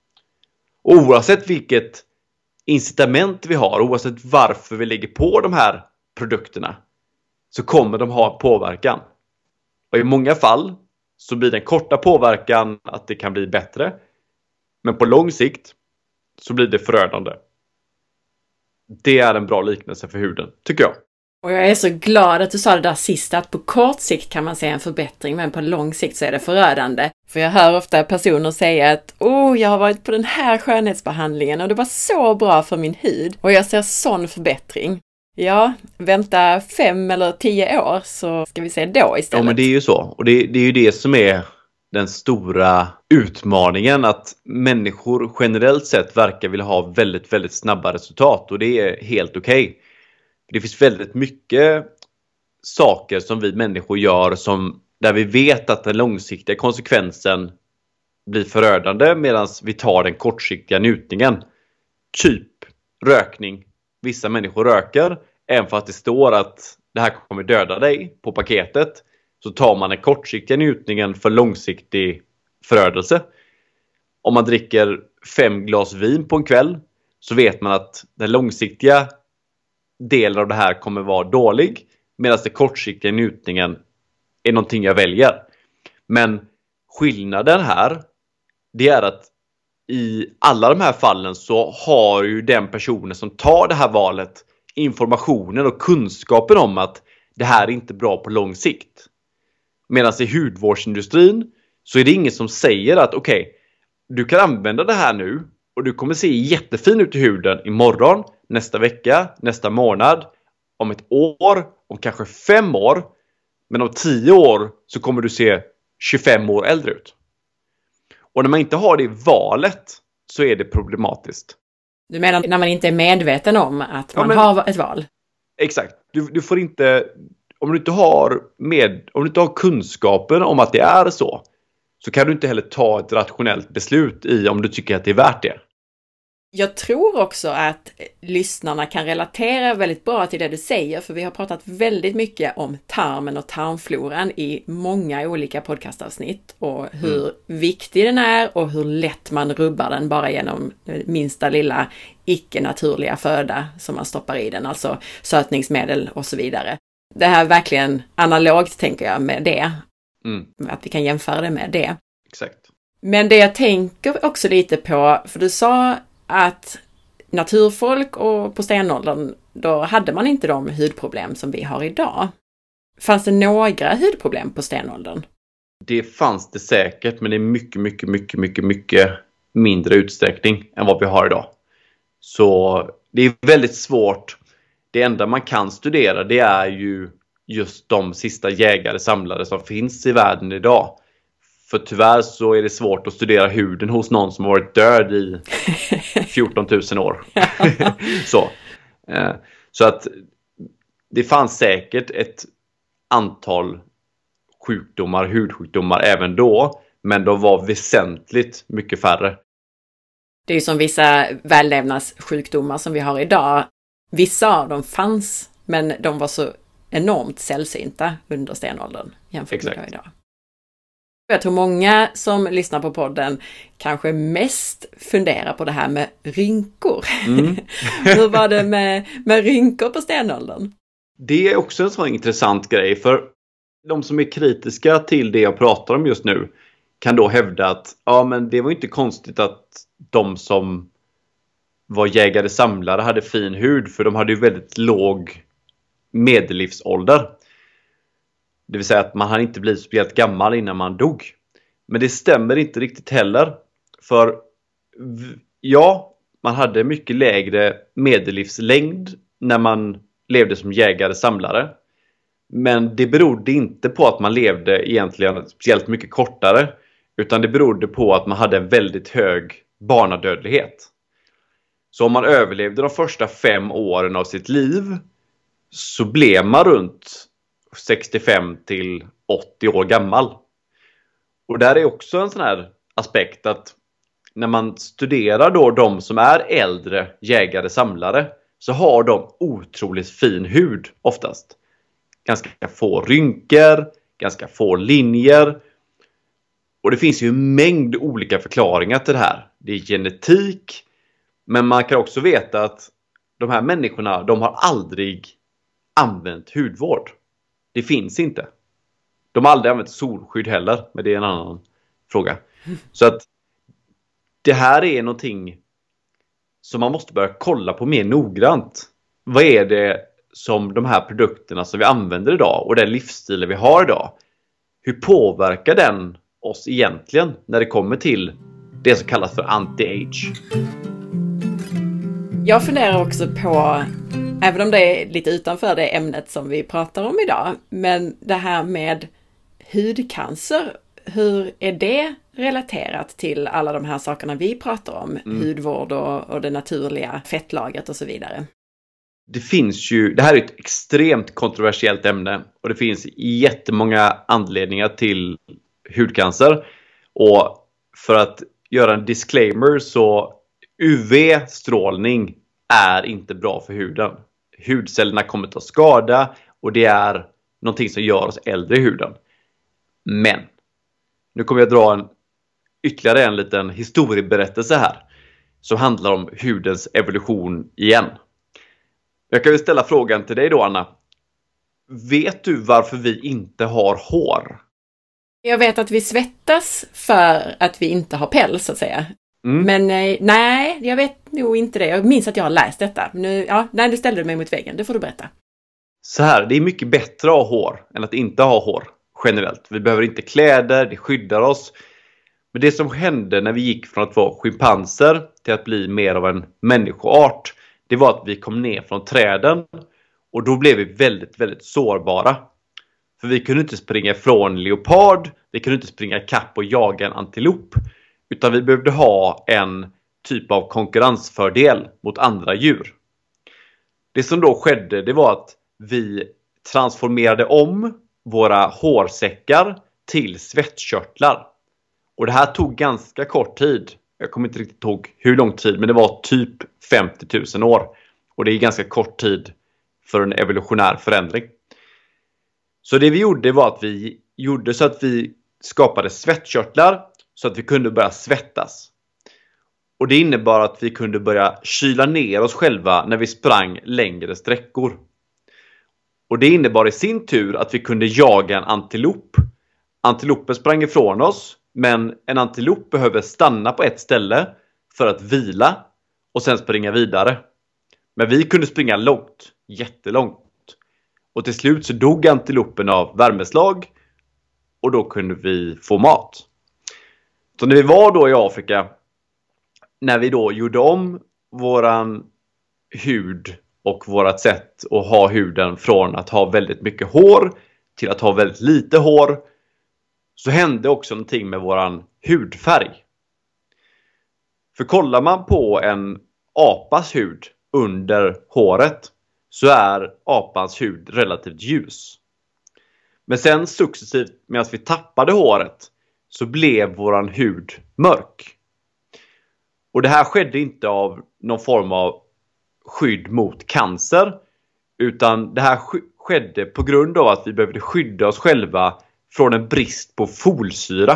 Oavsett vilket incitament vi har, oavsett varför vi lägger på de här produkterna, så kommer de ha påverkan. Och i många fall så blir den korta påverkan att det kan bli bättre. Men på lång sikt så blir det förödande. Det är en bra liknelse för huden, tycker jag. Och jag är så glad att du sa det där sista, att på kort sikt kan man se en förbättring, men på lång sikt så är det förödande. För jag hör ofta personer säga att jag har varit på den här skönhetsbehandlingen och det var så bra för min hud och jag ser sån förbättring. Ja, vänta 5 eller 10 år så ska vi se då istället. Ja, men det är ju så. Och det är ju det som är den stora utmaningen, att människor generellt sett verkar vilja ha väldigt, väldigt snabba resultat, och det är helt okej. Det finns väldigt mycket saker som vi människor gör där vi vet att den långsiktiga konsekvensen blir förödande medan vi tar den kortsiktiga njutningen. Typ rökning. Vissa människor röker, även för att det står att det här kommer döda dig på paketet, så tar man den kortsiktiga njutningen för långsiktig förödelse. Om man dricker 5 glas vin på en kväll, så vet man att den långsiktiga delen av det här kommer vara dålig, medan den kortsiktiga njutningen är någonting jag väljer. Men skillnaden här, det är att i alla de här fallen så har ju den personen som tar det här valet informationen och kunskapen om att det här är inte bra på lång sikt. Medan i hudvårdsindustrin så är det ingen som säger att okej, du kan använda det här nu och du kommer se jättefin ut i huden imorgon, nästa vecka, nästa månad, om ett år, om kanske 5 år. Men om 10 år så kommer du se 25 år äldre ut. Och när man inte har det valet så är det problematiskt. Du menar när man inte är medveten om att man har ett val? Exakt. Du får inte, om du inte har kunskapen om att det är så kan du inte heller ta ett rationellt beslut i om du tycker att det är värt det. Jag tror också att lyssnarna kan relatera väldigt bra till det du säger, för vi har pratat väldigt mycket om tarmen och tarmfloran i många olika podcastavsnitt och hur viktig den är och hur lätt man rubbar den bara genom minsta lilla icke-naturliga föda som man stoppar i den, alltså sötningsmedel och så vidare. Det här är verkligen analogt, tänker jag, med det. Att vi kan jämföra det med det. Exakt. Men det jag tänker också lite på, för du sa att naturfolk och på stenåldern, då hade man inte de hudproblem som vi har idag. Fanns det några hudproblem på stenåldern? Det fanns det säkert, men det är mycket mindre utsträckning än vad vi har idag. Så det är väldigt svårt. Det enda man kan studera, det är ju just de sista jägare-samlare som finns i världen idag. För tyvärr så är det svårt att studera huden hos någon som har varit död i 14 000 år. Så att det fanns säkert ett antal hudsjukdomar även då. Men de var väsentligt mycket färre. Det är ju som vissa vällevnadssjukdomar som vi har idag. Vissa av dem fanns, men de var så enormt sällsynta under stenåldern jämfört med idag. Jag tror många som lyssnar på podden kanske mest funderar på det här med rynkor. Hur var det med rynkor på stenåldern? Det är också en sån intressant grej, för de som är kritiska till det jag pratar om just nu kan då hävda att men det var inte konstigt att de som var jägare-samlare hade fin hud, för de hade ju väldigt låg medellivsålder. Det vill säga att man hade inte blivit speciellt gammal innan man dog. Men det stämmer inte riktigt heller. För man hade mycket lägre medellivslängd när man levde som jägare-samlare. Men det berodde inte på att man levde egentligen speciellt mycket kortare. Utan det berodde på att man hade en väldigt hög barnadödlighet. Så om man överlevde de första 5 åren av sitt liv så blev man runt 65 till 80 år gammal. Och där är också en sån här aspekt att när man studerar då de som är äldre jägare-samlare så har de otroligt fin hud oftast. Ganska få rynkor, ganska få linjer. Och det finns ju en mängd olika förklaringar till det här. Det är genetik, men man kan också veta att de här människorna, de har aldrig använt hudvård. Det finns inte. De har aldrig använt solskydd heller, men det är en annan fråga. Så att det här är någonting som man måste börja kolla på mer noggrant. Vad är det som de här produkterna som vi använder idag och den livsstilen vi har idag, hur påverkar den oss egentligen när det kommer till det som kallas för anti-age? Jag funderar också på, även om det är lite utanför det ämnet som vi pratar om idag, men det här med hudcancer, hur är det relaterat till alla de här sakerna vi pratar om? Hudvård och det naturliga fettlagret och så vidare. Det här är ett extremt kontroversiellt ämne och det finns jättemånga anledningar till hudcancer. Och för att göra en disclaimer så UV-strålning är inte bra för huden. Hudcellerna kommer att ta skada och det är någonting som gör oss äldre i huden. Men nu kommer jag dra ytterligare en liten historieberättelse här som handlar om hudens evolution igen. Jag kan ju ställa frågan till dig då, Anna. Vet du varför vi inte har hår? Jag vet att vi svettas för att vi inte har päls, så att säga. Men nej, jag vet nog inte det. Jag minns att jag har läst detta. Nej, du ställde mig mot väggen. Det får du berätta. Så här, det är mycket bättre att ha hår än att inte ha hår generellt. Vi behöver inte kläder, det skyddar oss. Men det som hände när vi gick från att vara schimpanser till att bli mer av en människoart, det var att vi kom ner från träden. Och då blev vi väldigt, väldigt sårbara. För vi kunde inte springa ifrån leopard, vi kunde inte springa kapp och jaga en antilop. Utan vi behövde ha en typ av konkurrensfördel mot andra djur. Det som då skedde, det var att vi transformerade om våra hårsäckar till svettkörtlar. Och det här tog ganska kort tid. Jag kommer inte riktigt ihåg hur lång tid, men det var typ 50 000 år. Och det är ganska kort tid för en evolutionär förändring. Så det vi gjorde var att vi gjorde så att vi skapade svettkörtlar så att vi kunde börja svettas. Och det innebar att vi kunde börja kyla ner oss själva när vi sprang längre sträckor. Och det innebar i sin tur att vi kunde jaga en antilop. Antilopen sprang ifrån oss, men en antilop behöver stanna på ett ställe för att vila och sen springa vidare. Men vi kunde springa långt, jättelångt. Och till slut så dog antilopen av värmeslag och då kunde vi få mat. Så när vi var då i Afrika, när vi då gjorde om våran hud och vårat sätt att ha huden från att ha väldigt mycket hår till att ha väldigt lite hår, så hände också någonting med våran hudfärg. För kollar man på en apas hud under håret så är apans hud relativt ljus. Men sen successivt medan vi tappade håret så blev våran hud mörk. Och det här skedde inte av någon form av skydd mot cancer, utan det här skedde på grund av att vi behövde skydda oss själva från en brist på folsyra.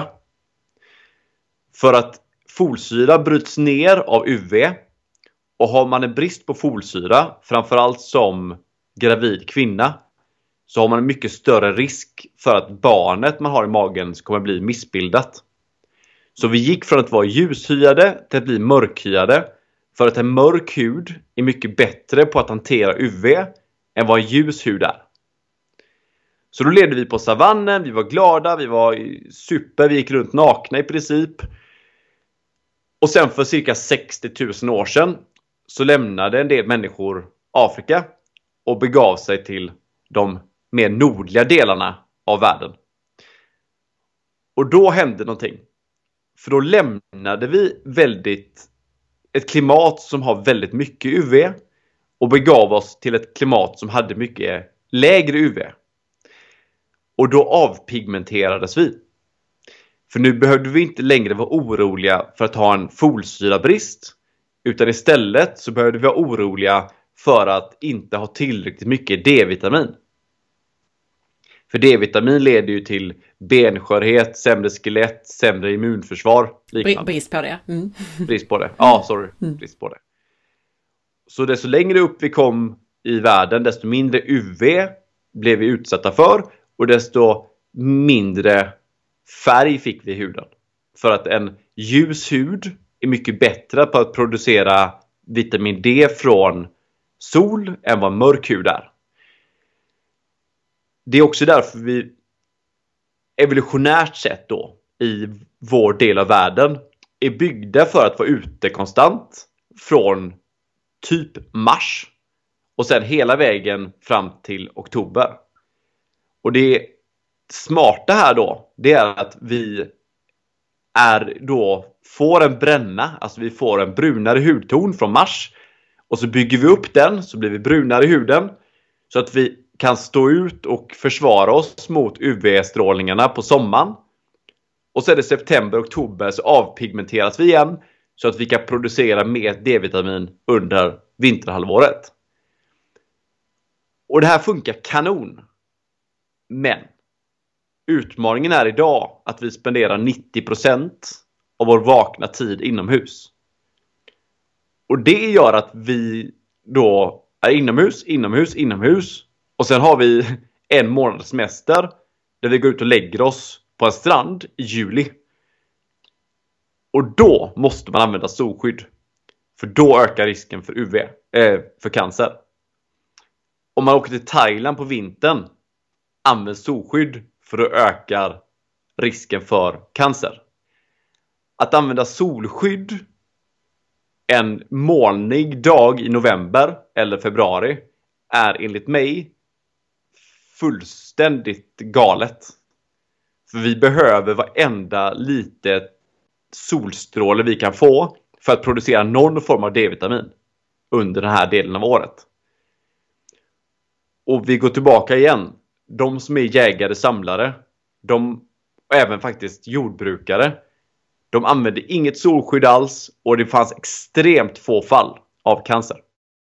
För att folsyra bryts ner av UV, och har man en brist på folsyra, framförallt som gravid kvinna, så har man en mycket större risk för att barnet man har i magen kommer bli missbildat. Så vi gick från att vara ljushyade till att bli mörkhyade, för att en mörk hud är mycket bättre på att hantera UV än vad en ljus hud är. Så då levde vi på savannen, vi var glada, vi var super, vi gick runt nakna i princip. Och sen för cirka 60 000 år sedan så lämnade en del människor Afrika och begav sig till de mer nordliga delarna av världen. Och då hände någonting. För då lämnade vi ett klimat som har väldigt mycket UV och begav oss till ett klimat som hade mycket lägre UV. Och då avpigmenterades vi. För nu behövde vi inte längre vara oroliga för att ha en folsyrabrist, utan istället så behövde vi vara oroliga för att inte ha tillräckligt mycket D-vitamin. För D-vitamin leder ju till benskörhet, sämre skelett, sämre immunförsvar. Brist på det. Brist på det. Ja, sorry. Brist på det. Så desto längre upp vi kom i världen, desto mindre UV blev vi utsatta för. Och desto mindre färg fick vi i huden. För att en ljus hud är mycket bättre på att producera vitamin D från sol än vad mörk hud är. Det är också därför vi evolutionärt sett då i vår del av världen är byggda för att vara ute konstant från typ mars och sen hela vägen fram till oktober. Och det smarta här då, det är att vi får en bränna, alltså vi får en brunare hudton från mars. Och så bygger vi upp den, så blir vi brunare i huden. Så att vi kan stå ut och försvara oss mot UV-strålningarna på sommaren. Och så är det september, oktober så avpigmenteras vi igen. Så att vi kan producera mer D-vitamin under vinterhalvåret. Och det här funkar kanon. Men utmaningen är idag att vi spenderar 90% av vår vakna tid inomhus. Och det gör att vi då är inomhus. Och sen har vi en månads semester där vi går ut och lägger oss på en strand i juli. Och då måste man använda solskydd. För då ökar risken för för cancer. Om man åker till Thailand på vintern, använd solskydd för att öka risken för cancer. Att använda solskydd en molnig dag i november eller februari är enligt mig fullständigt galet. För vi behöver varenda lite solstråle vi kan få för att producera någon form av D-vitamin under den här delen av året. Och vi går tillbaka igen. De som är jägare, samlare, och även faktiskt jordbrukare, de använder inget solskydd alls och det fanns extremt få fall av cancer.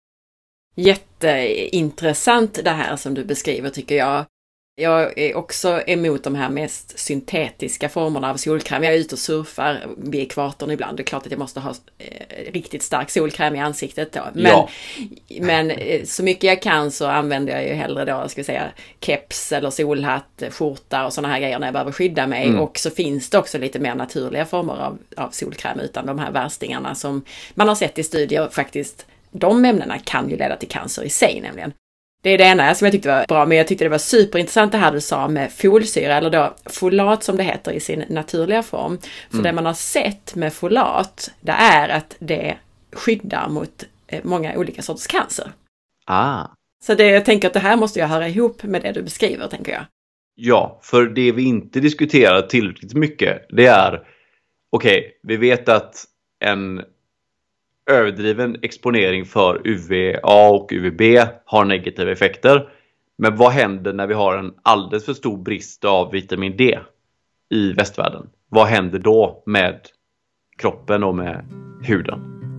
Jätteintressant det här som du beskriver, tycker jag. Jag är också emot de här mest syntetiska formerna av solkräm. Jag är ute och surfar vid ekvatorn ibland. Det är klart att jag måste ha riktigt stark solkräm i ansiktet då. Men så mycket jag kan så använder jag ju hellre då, ska vi säga, keps eller solhatt, skjorta och sådana här grejer när jag behöver skydda mig. Och så finns det också lite mer naturliga former av solkräm utan de här värstingarna som man har sett i studier faktiskt. De ämnena kan ju leda till cancer i sig nämligen. Det är det ena som jag tyckte var bra, men jag tyckte det var superintressant det här du sa med folsyra, eller då folat som det heter i sin naturliga form. För det man har sett med folat, det är att det skyddar mot många olika sorters cancer. Så jag tänker att det här måste jag höra ihop med det du beskriver, tänker jag. Ja, för det vi inte diskuterar tillräckligt mycket, det är vi vet att en överdriven exponering för UVA och UVB har negativa effekter. Men vad händer när vi har en alldeles för stor brist av vitamin D i västvärlden? Vad händer då med kroppen och med huden?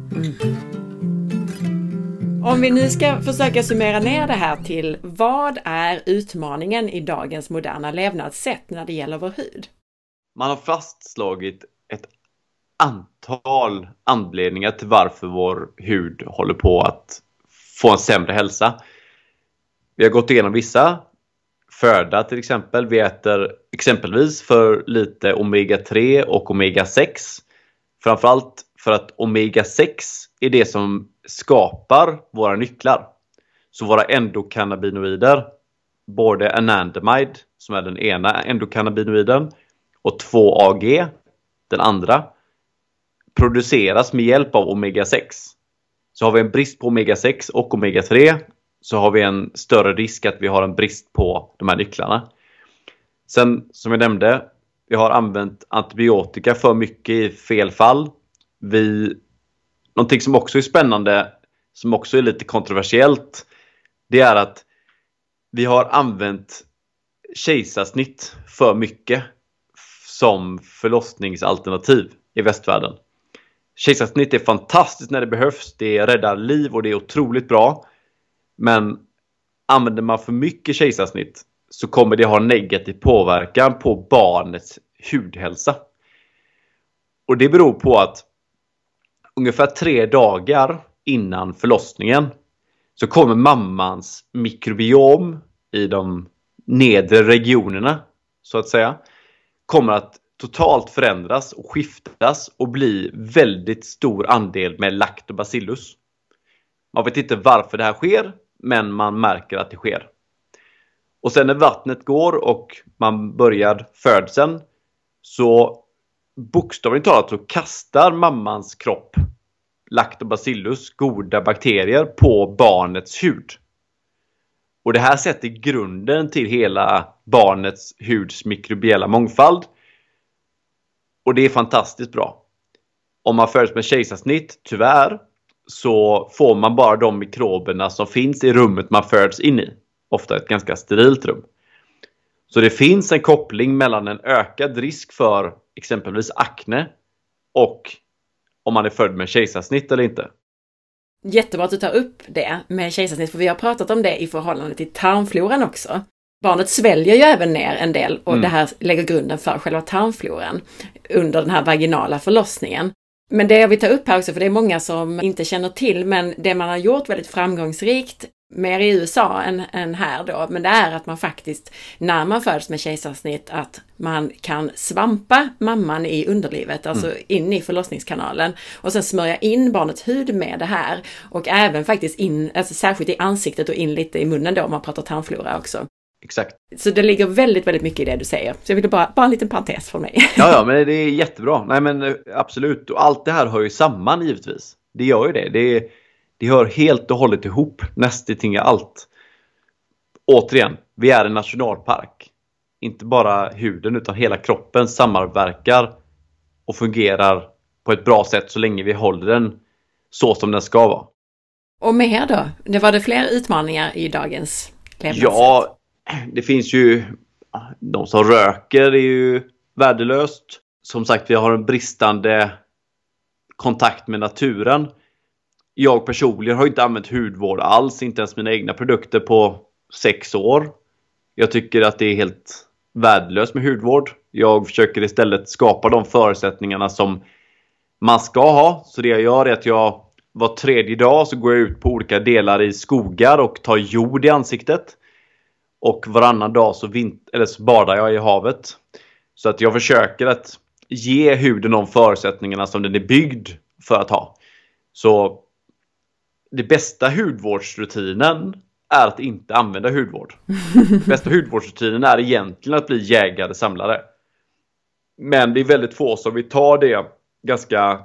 Om vi nu ska försöka summera ner det här till, vad är utmaningen i dagens moderna levnadssätt när det gäller vår hud? Man har fastslagit ett antal anledningar till varför vår hud håller på att få en sämre hälsa. Vi har gått igenom vissa. Föda till exempel. Vi äter exempelvis för lite omega-3 och omega-6. Framförallt för att omega-6 är det som skapar våra nycklar. Så våra endokannabinoider, både anandamide som är den ena endokannabinoiden och 2-AG, den andra, produceras med hjälp av omega-6. Så har vi en brist på omega-6 och omega-3 så har vi en större risk att vi har en brist på de här nycklarna. Sen som jag nämnde, vi har använt antibiotika för mycket i fel fall. Någonting som också är spännande, som också är lite kontroversiellt, det är att vi har använt kejsarsnitt för mycket som förlossningsalternativ i västvärlden. Kejsarsnitt är fantastiskt när det behövs. Det räddar liv och det är otroligt bra. Men använder man för mycket kejsarsnitt så kommer det ha negativ påverkan på barnets hudhälsa. Och det beror på att ungefär 3 dagar innan förlossningen så kommer mammans mikrobiom i de nedre regionerna, så att säga, kommer att totalt förändras och skiftas och bli väldigt stor andel med lactobacillus. Man vet inte varför det här sker, men man märker att det sker. Och sen när vattnet går och man börjar födseln, så bokstavligt talat så kastar mammans kropp lactobacillus, goda bakterier, på barnets hud. Och det här sätter grunden till hela barnets huds mikrobiella mångfald. Och det är fantastiskt bra. Om man föds med kejsarsnitt, tyvärr, så får man bara de mikroberna som finns i rummet man föds in i. Ofta ett ganska sterilt rum. Så det finns en koppling mellan en ökad risk för exempelvis akne och om man är född med kejsarsnitt eller inte. Jättebra att du tar upp det med kejsarsnitt, för vi har pratat om det i förhållande till tarmfloran också. Barnet sväljer ju även ner en del och det här lägger grunden för själva tarmfloran under den här vaginala förlossningen. Men det jag vill ta upp här också, för det är många som inte känner till, men det man har gjort väldigt framgångsrikt, mer i USA än här då, men det är att man faktiskt, när man föds med kejsarsnitt, att man kan svampa mamman i underlivet, alltså in i förlossningskanalen, och sen smörja in barnets hud med det här, och även faktiskt in, alltså särskilt i ansiktet och in lite i munnen då, om man pratar tarmflora också. Exakt. Så det ligger väldigt, väldigt mycket i det du säger. Så jag ville bara en liten parentes från mig. Ja, men det är jättebra. Nej, men absolut. Och allt det här hör ju samman givetvis. Det gör ju det. Det hör helt och hållet ihop. Nästintill allt. Återigen, vi är en nationalpark. Inte bara huden utan hela kroppen samverkar och fungerar på ett bra sätt så länge vi håller den så som den ska vara. Och mer då? Det var det fler utmaningar i dagens levnadssätt? Ja, det finns ju de som röker är ju värdelöst. Som sagt, vi har en bristande kontakt med naturen. Jag personligen har inte använt hudvård alls, inte ens mina egna produkter på 6 år. Jag tycker att det är helt värdelöst med hudvård. Jag försöker istället skapa de förutsättningarna som man ska ha. Så det jag gör är att jag var 3:e dag så går jag ut på olika delar i skogar och tar jord i ansiktet. Och varannan dag så badar jag i havet. Så att jag försöker att ge huden de förutsättningarna som den är byggd för att ha. Så det bästa hudvårdsrutinen är att inte använda hudvård. Bästa hudvårdsrutinen är egentligen att bli jägare-samlare. Men det är väldigt få som vill ta det ganska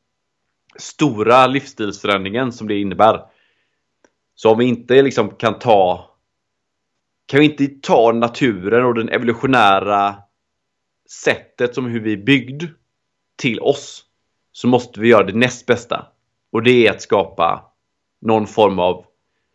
stora livsstilsförändringen som det innebär. Så om vi inte liksom kan vi inte ta naturen och den evolutionära sättet som hur vi är byggd till oss, så måste vi göra det näst bästa. Och det är att skapa någon form av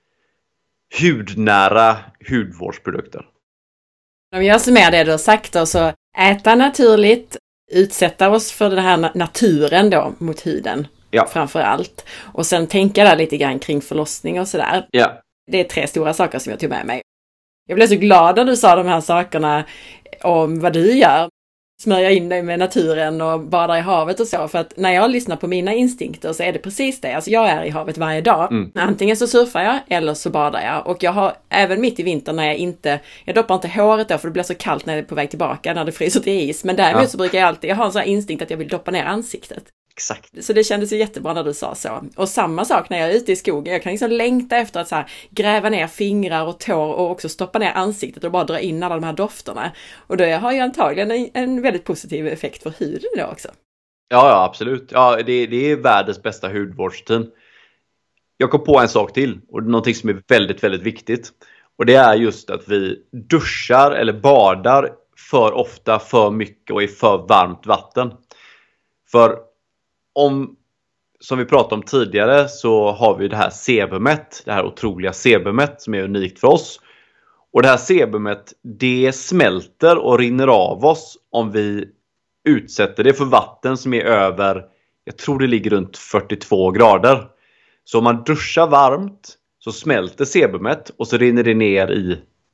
hudnära hudvårdsprodukter. Om jag summerar det du har sagt då, så äta naturligt, utsätta oss för den här naturen då mot huden framför allt. Och sen tänka där lite grann kring förlossning och sådär. Ja. Det är 3 stora saker som jag tog med mig. Jag blev så glad när du sa de här sakerna om vad du gör. Smörja in dig med naturen och bada i havet och så. För att när jag lyssnar på mina instinkter så är det precis det. Alltså jag är i havet varje dag. Antingen så surfar jag eller så badar jag. Och jag har även mitt i vintern när jag doppar inte håret då, för det blir så kallt när jag är på väg tillbaka när det fryser till is. Men däremot så brukar jag ha en sån här instinkt att jag vill doppa ner ansiktet. Exakt. Så det kändes ju jättebra när du sa så. Och samma sak när jag är ute i skogen. Jag kan liksom längta efter att så här, gräva ner fingrar och tår och också stoppa ner ansiktet och bara dra in alla de här dofterna. Och då har jag antagligen en väldigt positiv effekt för huden då också. Ja, absolut. Ja, det är världens bästa hudvårdsrutin. Jag kom på en sak till, och någonting som är väldigt, väldigt viktigt. Och det är just att vi duschar eller badar för ofta, för mycket och i för varmt vatten. För som vi pratade om tidigare, så har vi det här sebumet, det här otroliga sebumet som är unikt för oss. Och det här sebumet, det smälter och rinner av oss om vi utsätter det för vatten som är över, jag tror det ligger runt 42 grader. Så om man duschar varmt så smälter sebumet och så rinner det ner i,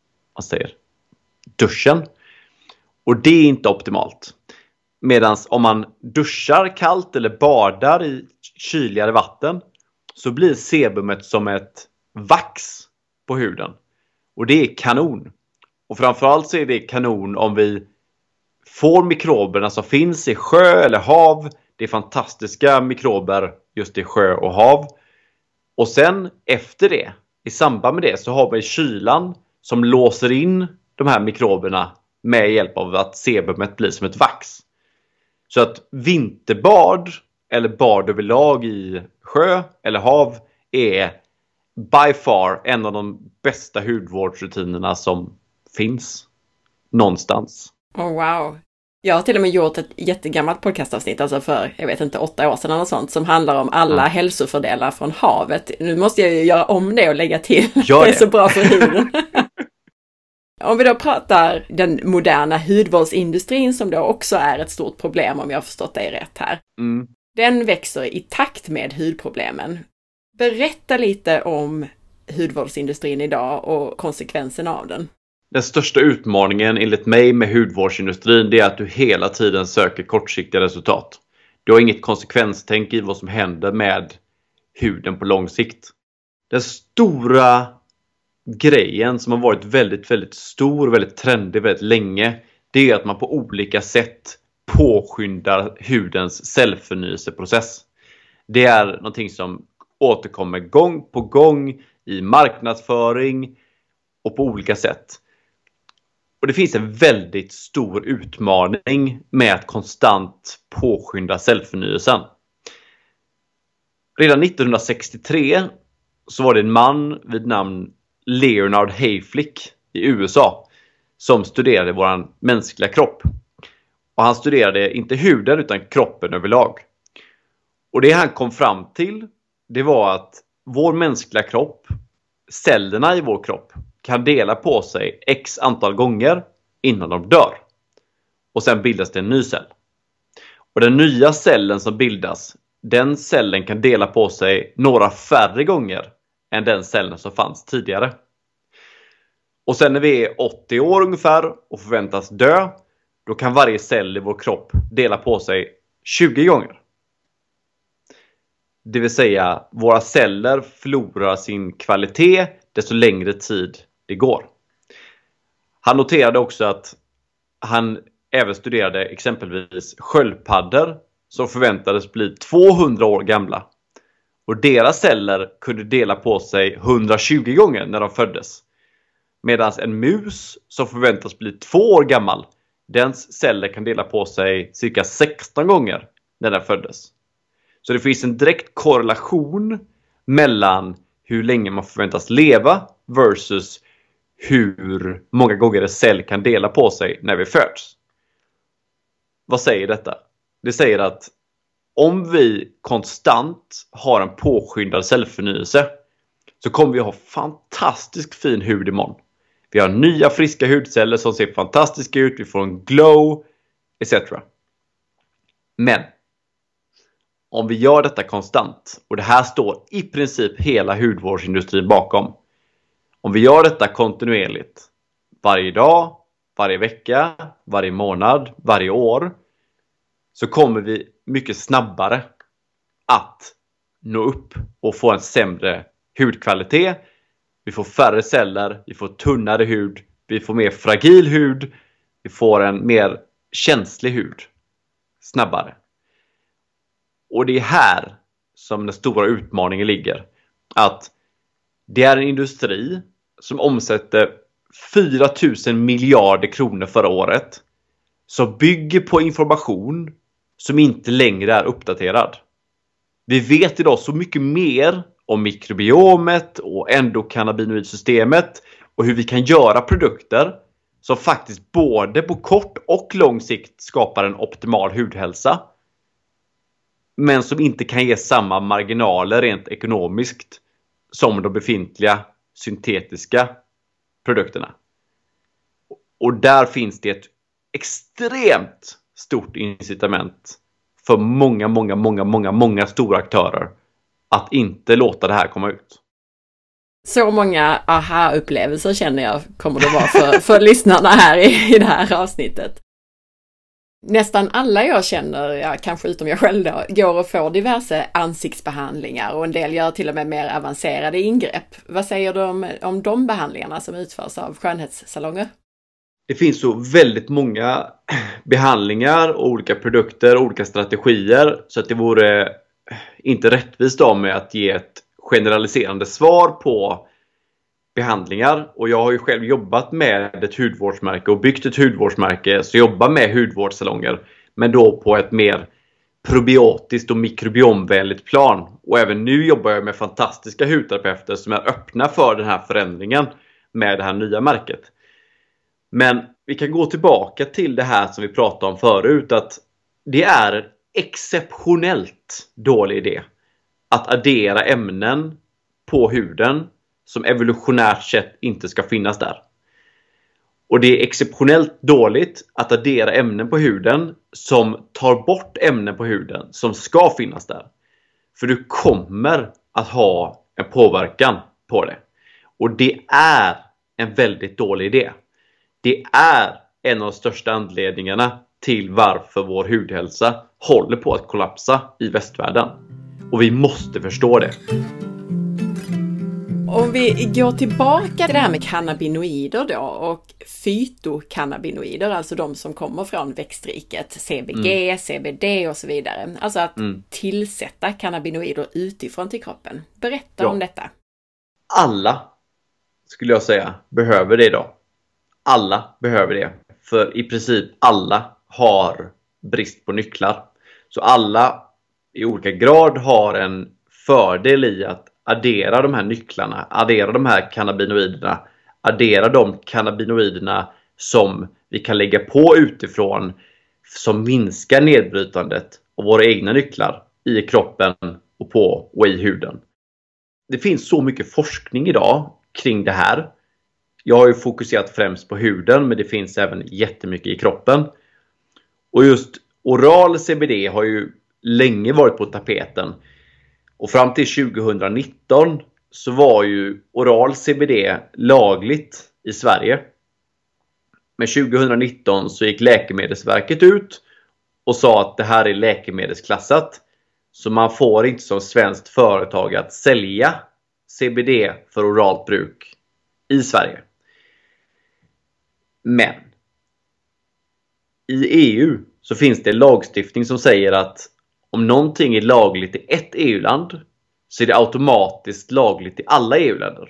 duschen. Och det är inte optimalt. Medan om man duschar kallt eller badar i kyligare vatten så blir sebumet som ett vax på huden. Och det är kanon. Och framförallt så är det kanon om vi får mikroberna som finns i sjö eller hav. Det är fantastiska mikrober just i sjö och hav. Och sen efter det, i samband med det, så har vi kylan som låser in de här mikroberna med hjälp av att sebumet blir som ett vax. Så att vinterbad eller bad överlag i sjö eller hav är by far en av de bästa hudvårdsrutinerna som finns någonstans. Oh wow. Jag har till och med gjort ett jättegammalt podcastavsnitt, alltså för, 8 år sedan eller något sånt, som handlar om alla hälsofördelar från havet. Nu måste jag ju göra om det och lägga till. Det är så bra för huden. Om vi då pratar den moderna hudvårdsindustrin, som då också är ett stort problem, om jag har förstått dig rätt här. Den växer i takt med hudproblemen. Berätta lite om hudvårdsindustrin idag och konsekvenserna av den. Den största utmaningen enligt mig med hudvårdsindustrin, det är att du hela tiden söker kortsiktiga resultat. Du har inget konsekvenstänk i vad som händer med huden på lång sikt. Den stora grejen som har varit väldigt, väldigt stor, väldigt trendig väldigt länge, det är att man på olika sätt påskyndar hudens cellförnyelseprocess. Det är någonting som återkommer gång på gång i marknadsföring och på olika sätt. Och det finns en väldigt stor utmaning med att konstant påskynda cellförnyelsen. Redan 1963 så var det en man vid namn Leonard Hayflick i USA som studerade vår mänskliga kropp. Och han studerade inte huden utan kroppen överlag. Och det han kom fram till, det var att vår mänskliga kropp, cellerna i vår kropp, kan dela på sig x antal gånger innan de dör. Och sen bildas det en ny cell. Och den nya cellen som bildas, den cellen kan dela på sig några färre gånger än den cellen som fanns tidigare. Och sen när vi är 80 år ungefär och förväntas dö, då kan varje cell i vår kropp dela på sig 20 gånger. Det vill säga, våra celler förlorar sin kvalitet desto längre tid det går. Han noterade också att han även studerade exempelvis sköldpaddor som förväntades bli 200 år gamla. Och deras celler kunde dela på sig 120 gånger när de föddes. Medan en mus som förväntas bli 2 år gammal, dens celler kan dela på sig cirka 16 gånger när den föddes. Så det finns en direkt korrelation mellan hur länge man förväntas leva versus hur många gånger en cell kan dela på sig när vi föds. Vad säger detta? Det säger att om vi konstant har en påskyndad cellförnyelse så kommer vi ha fantastiskt fin hud imorgon. Vi har nya friska hudceller som ser fantastiska ut. Vi får en glow, etc. Men om vi gör detta konstant, och det här står i princip hela hudvårdsindustrin bakom. Om vi gör detta kontinuerligt, varje dag, varje vecka, varje månad, varje år, så kommer vi mycket snabbare att nå upp och få en sämre hudkvalitet. Vi får färre celler, vi får tunnare hud, vi får mer fragil hud, vi får en mer känslig hud snabbare. Och det är här som den stora utmaningen ligger. Att det är en industri som omsätter 4 000 miljarder kronor förra året, som bygger på information som inte längre är uppdaterad. Vi vet idag så mycket mer om mikrobiomet och endokannabinoidsystemet och hur vi kan göra produkter som faktiskt både på kort och lång sikt skapar en optimal hudhälsa, men som inte kan ge samma marginaler rent ekonomiskt som de befintliga syntetiska produkterna. Och där finns det ett extremt stort incitament för många stora aktörer att inte låta det här komma ut. Så många aha-upplevelser känner jag kommer det vara för lyssnarna här i det här avsnittet. Nästan alla jag känner, kanske utom jag själv då, går och får diverse ansiktsbehandlingar och en del gör till och med mer avancerade ingrepp. Vad säger du om de behandlingarna som utförs av skönhetssalonger? Det finns så väldigt många behandlingar och olika produkter och olika strategier, så att det vore inte rättvist av mig att ge ett generaliserande svar på behandlingar. Och jag har ju själv jobbat med ett hudvårdsmärke och byggt ett hudvårdsmärke, så jag jobbar med hudvårdssalonger, men då på ett mer probiotiskt och mikrobiomvänligt plan. Och även nu jobbar jag med fantastiska hudterapeuter som är öppna för den här förändringen med det här nya märket. Men vi kan gå tillbaka till det här som vi pratade om förut, att det är en exceptionellt dålig idé att addera ämnen på huden som evolutionärt sett inte ska finnas där. Och det är exceptionellt dåligt att addera ämnen på huden som tar bort ämnen på huden som ska finnas där. För du kommer att ha en påverkan på det. Och det är en väldigt dålig idé. Det är en av de största anledningarna till varför vår hudhälsa håller på att kollapsa i västvärlden. Och vi måste förstå det. Om vi går tillbaka till det här med cannabinoider då och fytokannabinoider, alltså de som kommer från växtriket, CBG, CBD och så vidare. Alltså att tillsätta cannabinoider utifrån till kroppen. Berätta om detta. Alla, skulle jag säga, behöver det idag. Alla behöver det. För i princip alla har brist på nycklar. Så alla i olika grad har en fördel i att addera de här nycklarna, addera de här cannabinoiderna, addera de cannabinoiderna som vi kan lägga på utifrån som minskar nedbrytandet av våra egna nycklar i kroppen och på och i huden. Det finns så mycket forskning idag kring det här. Jag har ju fokuserat främst på huden, men det finns även jättemycket i kroppen. Och just oral CBD har ju länge varit på tapeten. Och fram till 2019 så var ju oral CBD lagligt i Sverige. Men 2019 så gick Läkemedelsverket ut och sa att det här är läkemedelsklassat. Så man får inte som svenskt företag att sälja CBD för oralt bruk i Sverige. Men i EU så finns det lagstiftning som säger att om någonting är lagligt i ett EU-land så är det automatiskt lagligt i alla EU-länder.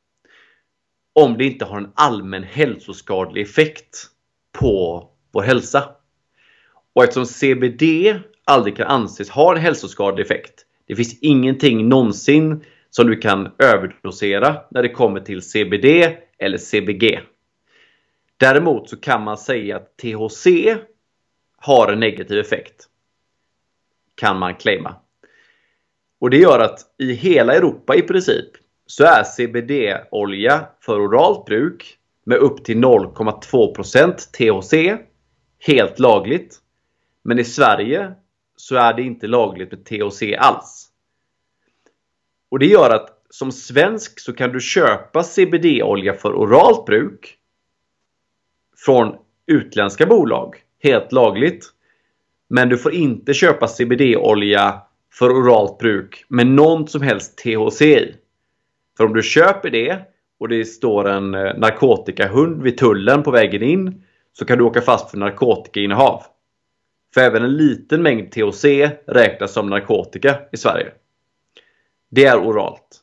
Om det inte har en allmän hälsoskadlig effekt på vår hälsa. Och eftersom CBD aldrig kan anses ha en hälsoskadlig effekt. Det finns ingenting någonsin som du kan överdosera när det kommer till CBD eller CBG. Däremot så kan man säga att THC har en negativ effekt. Kan man claima. Och det gör att i hela Europa i princip så är CBD-olja för oralt bruk med upp till 0,2% THC helt lagligt. Men i Sverige så är det inte lagligt med THC alls. Och det gör att som svensk så kan du köpa CBD-olja för oralt bruk från utländska bolag helt lagligt. Men du får inte köpa CBD-olja för oralt bruk med någon som helst THC i. För om du köper det och det står en narkotikahund vid tullen på vägen in så kan du åka fast för narkotikainnehav. För även en liten mängd THC räknas som narkotika i Sverige. Det är oralt.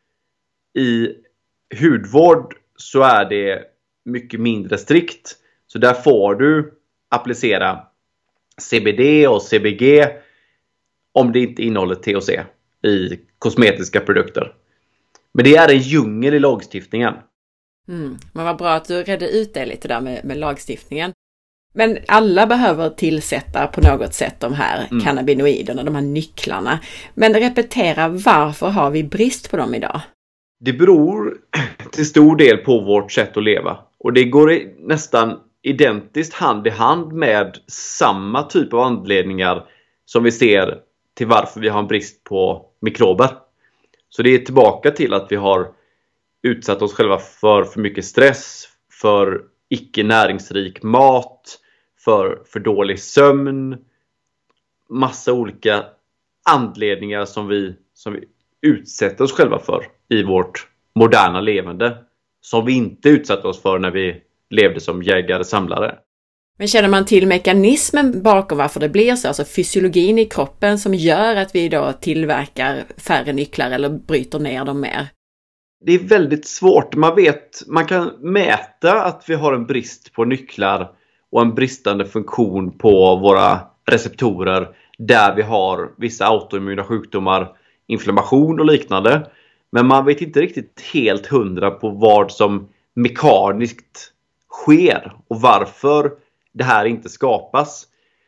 I hudvård så är det mycket mindre strikt. Så där får du applicera CBD och CBG om det inte innehåller THC i kosmetiska produkter. Men det är en djungel i lagstiftningen. Men vad bra att du redde ut det lite där med lagstiftningen. Men alla behöver tillsätta på något sätt de här cannabinoiderna, de här nycklarna. Men repetera, varför har vi brist på dem idag? Det beror till stor del på vårt sätt att leva. Och det går nästan identiskt hand i hand med samma typ av anledningar som vi ser till varför vi har en brist på mikrober. Så det är tillbaka till att vi har utsatt oss själva för mycket stress, för icke näringsrik mat, för dålig sömn. Massa olika anledningar som vi utsätter oss själva för i vårt moderna levande. Som vi inte utsatte oss för när vi levde som jägare-samlare. Men känner man till mekanismen bakom varför det blir så? Alltså fysiologin i kroppen som gör att vi då tillverkar färre nycklar eller bryter ner dem mer? Det är väldigt svårt. Man kan mäta att vi har en brist på nycklar och en bristande funktion på våra receptorer där vi har vissa autoimmuna sjukdomar, inflammation och liknande. Men man vet inte riktigt helt 100 på vad som mekaniskt sker och varför det här inte skapas.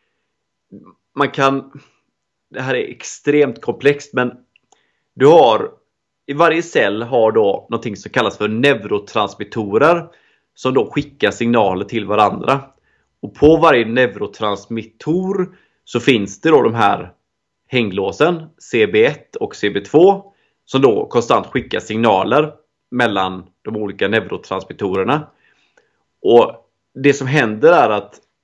Det här är extremt komplext, men i varje cell har då någonting som kallas för neurotransmittorer som då skickar signaler till varandra. Och på varje neurotransmittor så finns det då de här hänglåsen CB1 och CB2 som då konstant skickar signaler mellan de olika neurotransmittorerna. Och det som händer är att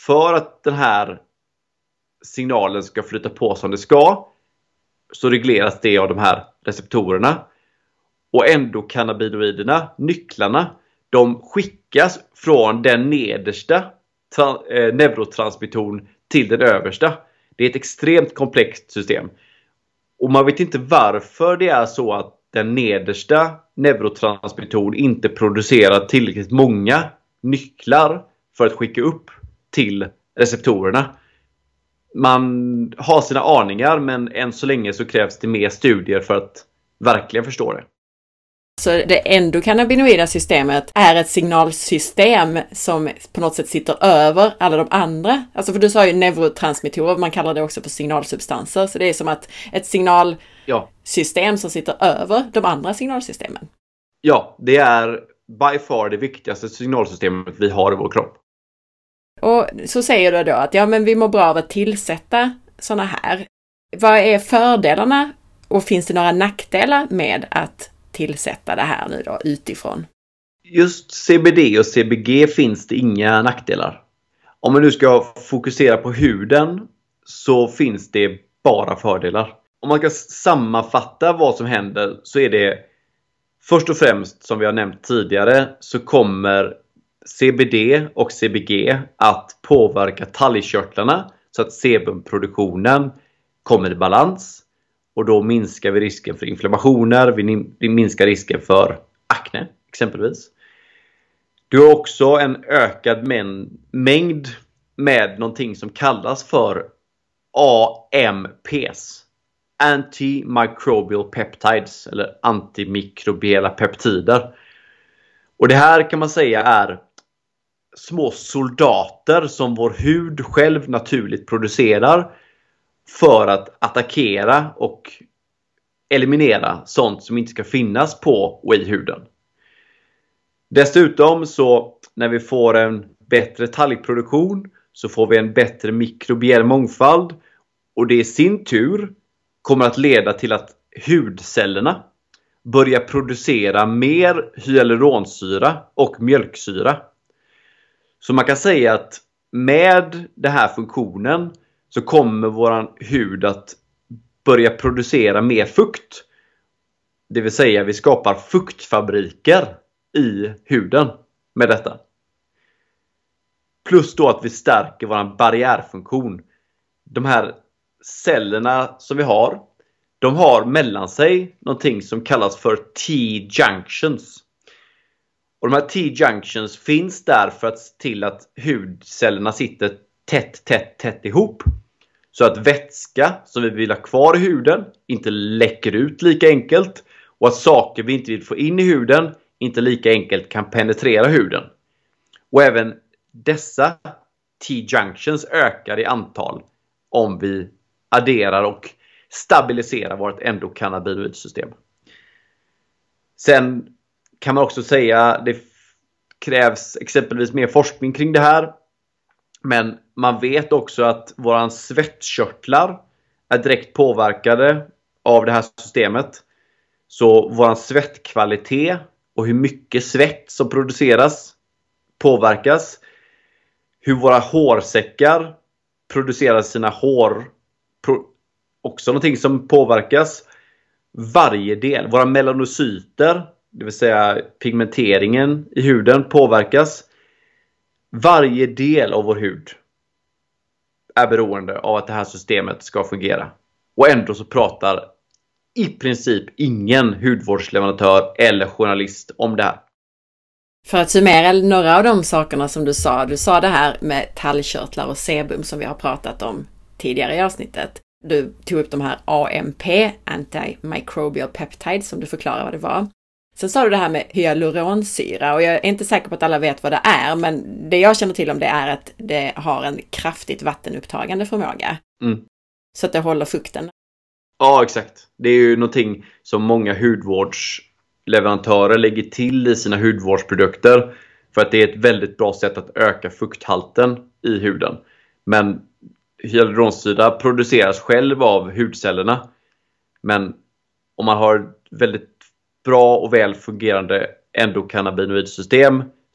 för att den här signalen ska flytta på som det ska, så regleras det av de här receptorerna. Och endokannabinoiderna, nycklarna, de skickas från den nedersta neurotransmittorn till den översta. Det är ett extremt komplext system. Och man vet inte varför det är så att den nedersta neurotransmittorn inte producerar tillräckligt många nycklar för att skicka upp till receptorerna. Man har sina aningar, men än så länge så krävs det mer studier för att verkligen förstå det. Så det endokannabinoida systemet är ett signalsystem som på något sätt sitter över alla de andra. Alltså för du sa ju neurotransmittorer, man kallar det också för signalsubstanser. Så det är som att ett signalsystem som sitter över de andra signalsystemen. Ja, det är by far det viktigaste signalsystemet vi har i vår kropp. Och så säger du då att men vi mår bra av att tillsätta sådana här. Vad är fördelarna och finns det några nackdelar med att tillsätta det här nu då utifrån? Just CBD och CBG finns det inga nackdelar. Om man nu ska fokusera på huden så finns det bara fördelar. Om man ska sammanfatta vad som händer så är det först och främst, som vi har nämnt tidigare, så kommer CBD och CBG att påverka talgkörtlarna så att sebumproduktionen kommer i balans. Och då minskar vi risken för inflammationer, vi minskar risken för akne exempelvis. Du har också en ökad mängd med någonting som kallas för AMPs. Antimicrobial peptides, eller antimikrobiella peptider. Och det här kan man säga är små soldater som vår hud själv naturligt producerar för att attackera och eliminera sånt som inte ska finnas på och i huden. Dessutom så när vi får en bättre talgproduktion så får vi en bättre mikrobiell mångfald, och det i sin tur kommer att leda till att hudcellerna börjar producera mer hyaluronsyra och mjölksyra. Så man kan säga att med den här funktionen så kommer våran hud att börja producera mer fukt. Det vill säga vi skapar fuktfabriker i huden med detta. Plus då att vi stärker våran barriärfunktion. De här cellerna som vi har, de har mellan sig någonting som kallas för T-junctions. Och de här T-junctions finns där för att se till att hudcellerna sitter tätt ihop. Så att vätska som vi vill ha kvar i huden inte läcker ut lika enkelt. Och att saker vi inte vill få in i huden inte lika enkelt kan penetrera huden. Och även dessa T-junctions ökar i antal om vi adderar och stabiliserar vårt endokannabinoidsystem. Sen kan man också säga att det krävs exempelvis mer forskning kring det här. Men man vet också att våran svettkörtlar är direkt påverkade av det här systemet. Så våran svettkvalitet och hur mycket svett som produceras påverkas. Hur våra hårsäckar producerar sina hår, också någonting som påverkas. Varje del, våra melanocyter, det vill säga pigmenteringen i huden, påverkas. Varje del av vår hud är beroende av att det här systemet ska fungera. Och ändå så pratar i princip ingen hudvårdsleverantör eller journalist om det här. För att summera några av de sakerna som du sa det här med talgkörtlar och sebum som vi har pratat om tidigare i avsnittet. Du tog upp de här AMP, antimicrobial peptides, som du förklarar vad det var. Sen sa du det här med hyaluronsyra, och jag är inte säker på att alla vet vad det är, men det jag känner till om det är att det har en kraftigt vattenupptagande förmåga. Så att det håller fukten. Ja, exakt. Det är ju någonting som många hudvårdsleverantörer lägger till i sina hudvårdsprodukter, för att det är ett väldigt bra sätt att öka fukthalten i huden. Men hyaluronsyra produceras själv av hudcellerna. Men om man har väldigt bra och väl fungerande endokannabinoidsystem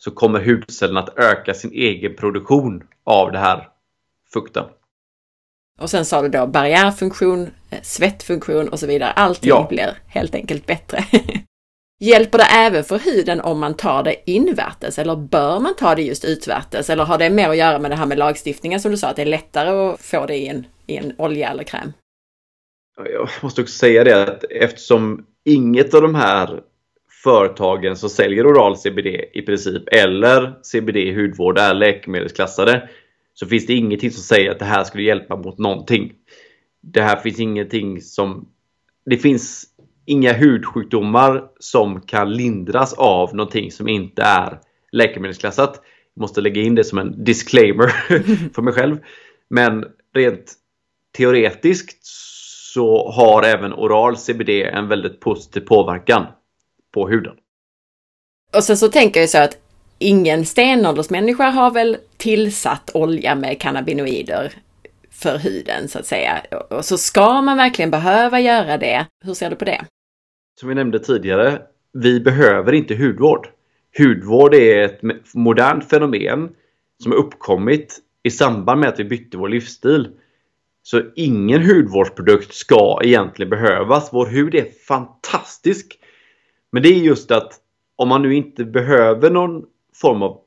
så kommer hudcellerna att öka sin egen produktion av det här fukten. Och sen sa du då barriärfunktion, svettfunktion och så vidare. Allting blir helt enkelt bättre. Hjälper det även för huden om man tar det invärtes, eller bör man ta det just utvärtes? Eller har det mer att göra med det här med lagstiftningen som du sa, att det är lättare att få det i en olja eller kräm? Jag måste också säga det att eftersom inget av de här företagen som säljer oral CBD i princip eller CBD i hudvård är läkemedelsklassade, så finns det ingenting som säger att det här skulle hjälpa mot någonting. Det finns inga hudsjukdomar som kan lindras av någonting som inte är läkemedelsklassat. Jag måste lägga in det som en disclaimer för mig själv. Men rent teoretiskt så har även oral CBD en väldigt positiv påverkan på huden. Och sen så tänker jag så att ingen stenåldersmänniska har väl tillsatt olja med cannabinoider för huden så att säga. Och så ska man verkligen behöva göra det. Hur ser du på det? Som vi nämnde tidigare, vi behöver inte hudvård. Hudvård är ett modernt fenomen som har uppkommit i samband med att vi bytte vår livsstil. Så ingen hudvårdsprodukt ska egentligen behövas. Vår hud är fantastisk. Men det är just att om man nu inte behöver någon form av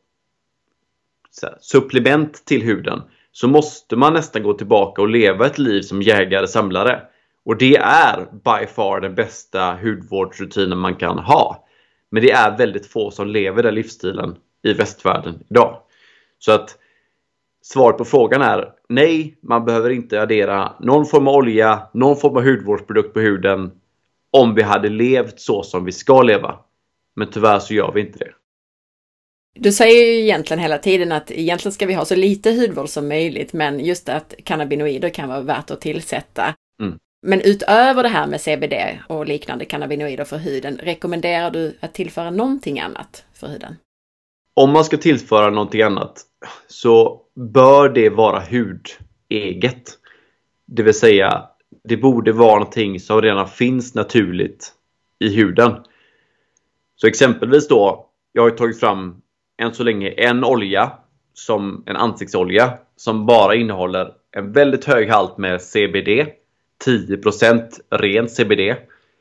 supplement till huden, så måste man nästan gå tillbaka och leva ett liv som jägare-samlare. Och det är by far den bästa hudvårdsrutinen man kan ha. Men det är väldigt få som lever den livsstilen i västvärlden idag. Så att svaret på frågan är nej, man behöver inte addera någon form av olja, någon form av hudvårdsprodukt på huden om vi hade levt så som vi ska leva. Men tyvärr så gör vi inte det. Du säger ju egentligen hela tiden att egentligen ska vi ha så lite hudvård som möjligt, men just att cannabinoider kan vara värt att tillsätta. Men utöver det här med CBD och liknande cannabinoider för huden, rekommenderar du att tillföra någonting annat för huden? Om man ska tillföra någonting annat så bör det vara hudeget. Det vill säga, det borde vara någonting som redan finns naturligt i huden. Så exempelvis då, jag har tagit fram än så länge en olja, som en ansiktsolja, som bara innehåller en väldigt hög halt med CBD. 10% ren CBD,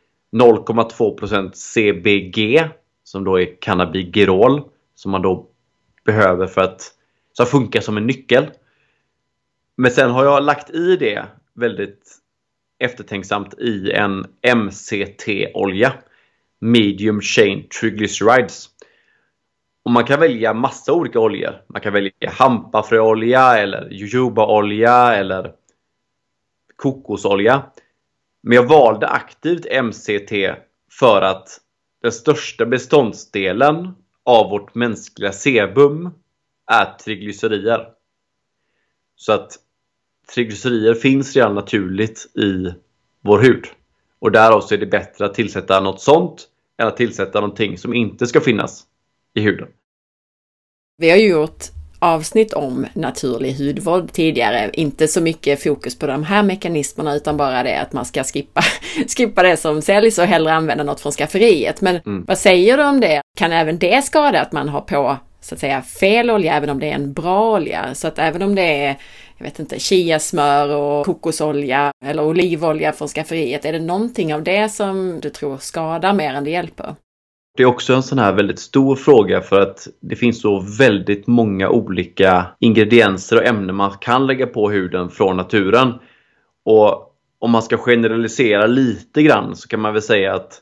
0,2% CBG som då är cannabigerol som man då behöver för att så funka som en nyckel. Men sen har jag lagt i det väldigt eftertänksamt i en MCT-olja, medium chain triglycerides. Och man kan välja massa olika oljor. Man kan välja hampafröolja eller jojobaolja eller kokosolja. Men jag valde aktivt MCT för att den största beståndsdelen av vårt mänskliga sebum är triglycerier. Så att triglycerier finns redan naturligt i vår hud. Och därav så är det bättre att tillsätta något sånt än att tillsätta någonting som inte ska finnas i huden. Vi har ju gjort avsnitt om naturlig hudvård tidigare. Inte så mycket fokus på de här mekanismerna utan bara det att man ska skippa det som säljs och hellre använda något från skafferiet. Men vad säger du om det? Kan även det skada att man har på så att säga fel olja även om det är en bra olja? Så att även om det är, jag vet inte, chiasmör och kokosolja eller olivolja från skafferiet, är det någonting av det som du tror skadar mer än det hjälper? Det är också en sån här väldigt stor fråga för att det finns så väldigt många olika ingredienser och ämnen man kan lägga på huden från naturen. Och om man ska generalisera lite grann så kan man väl säga att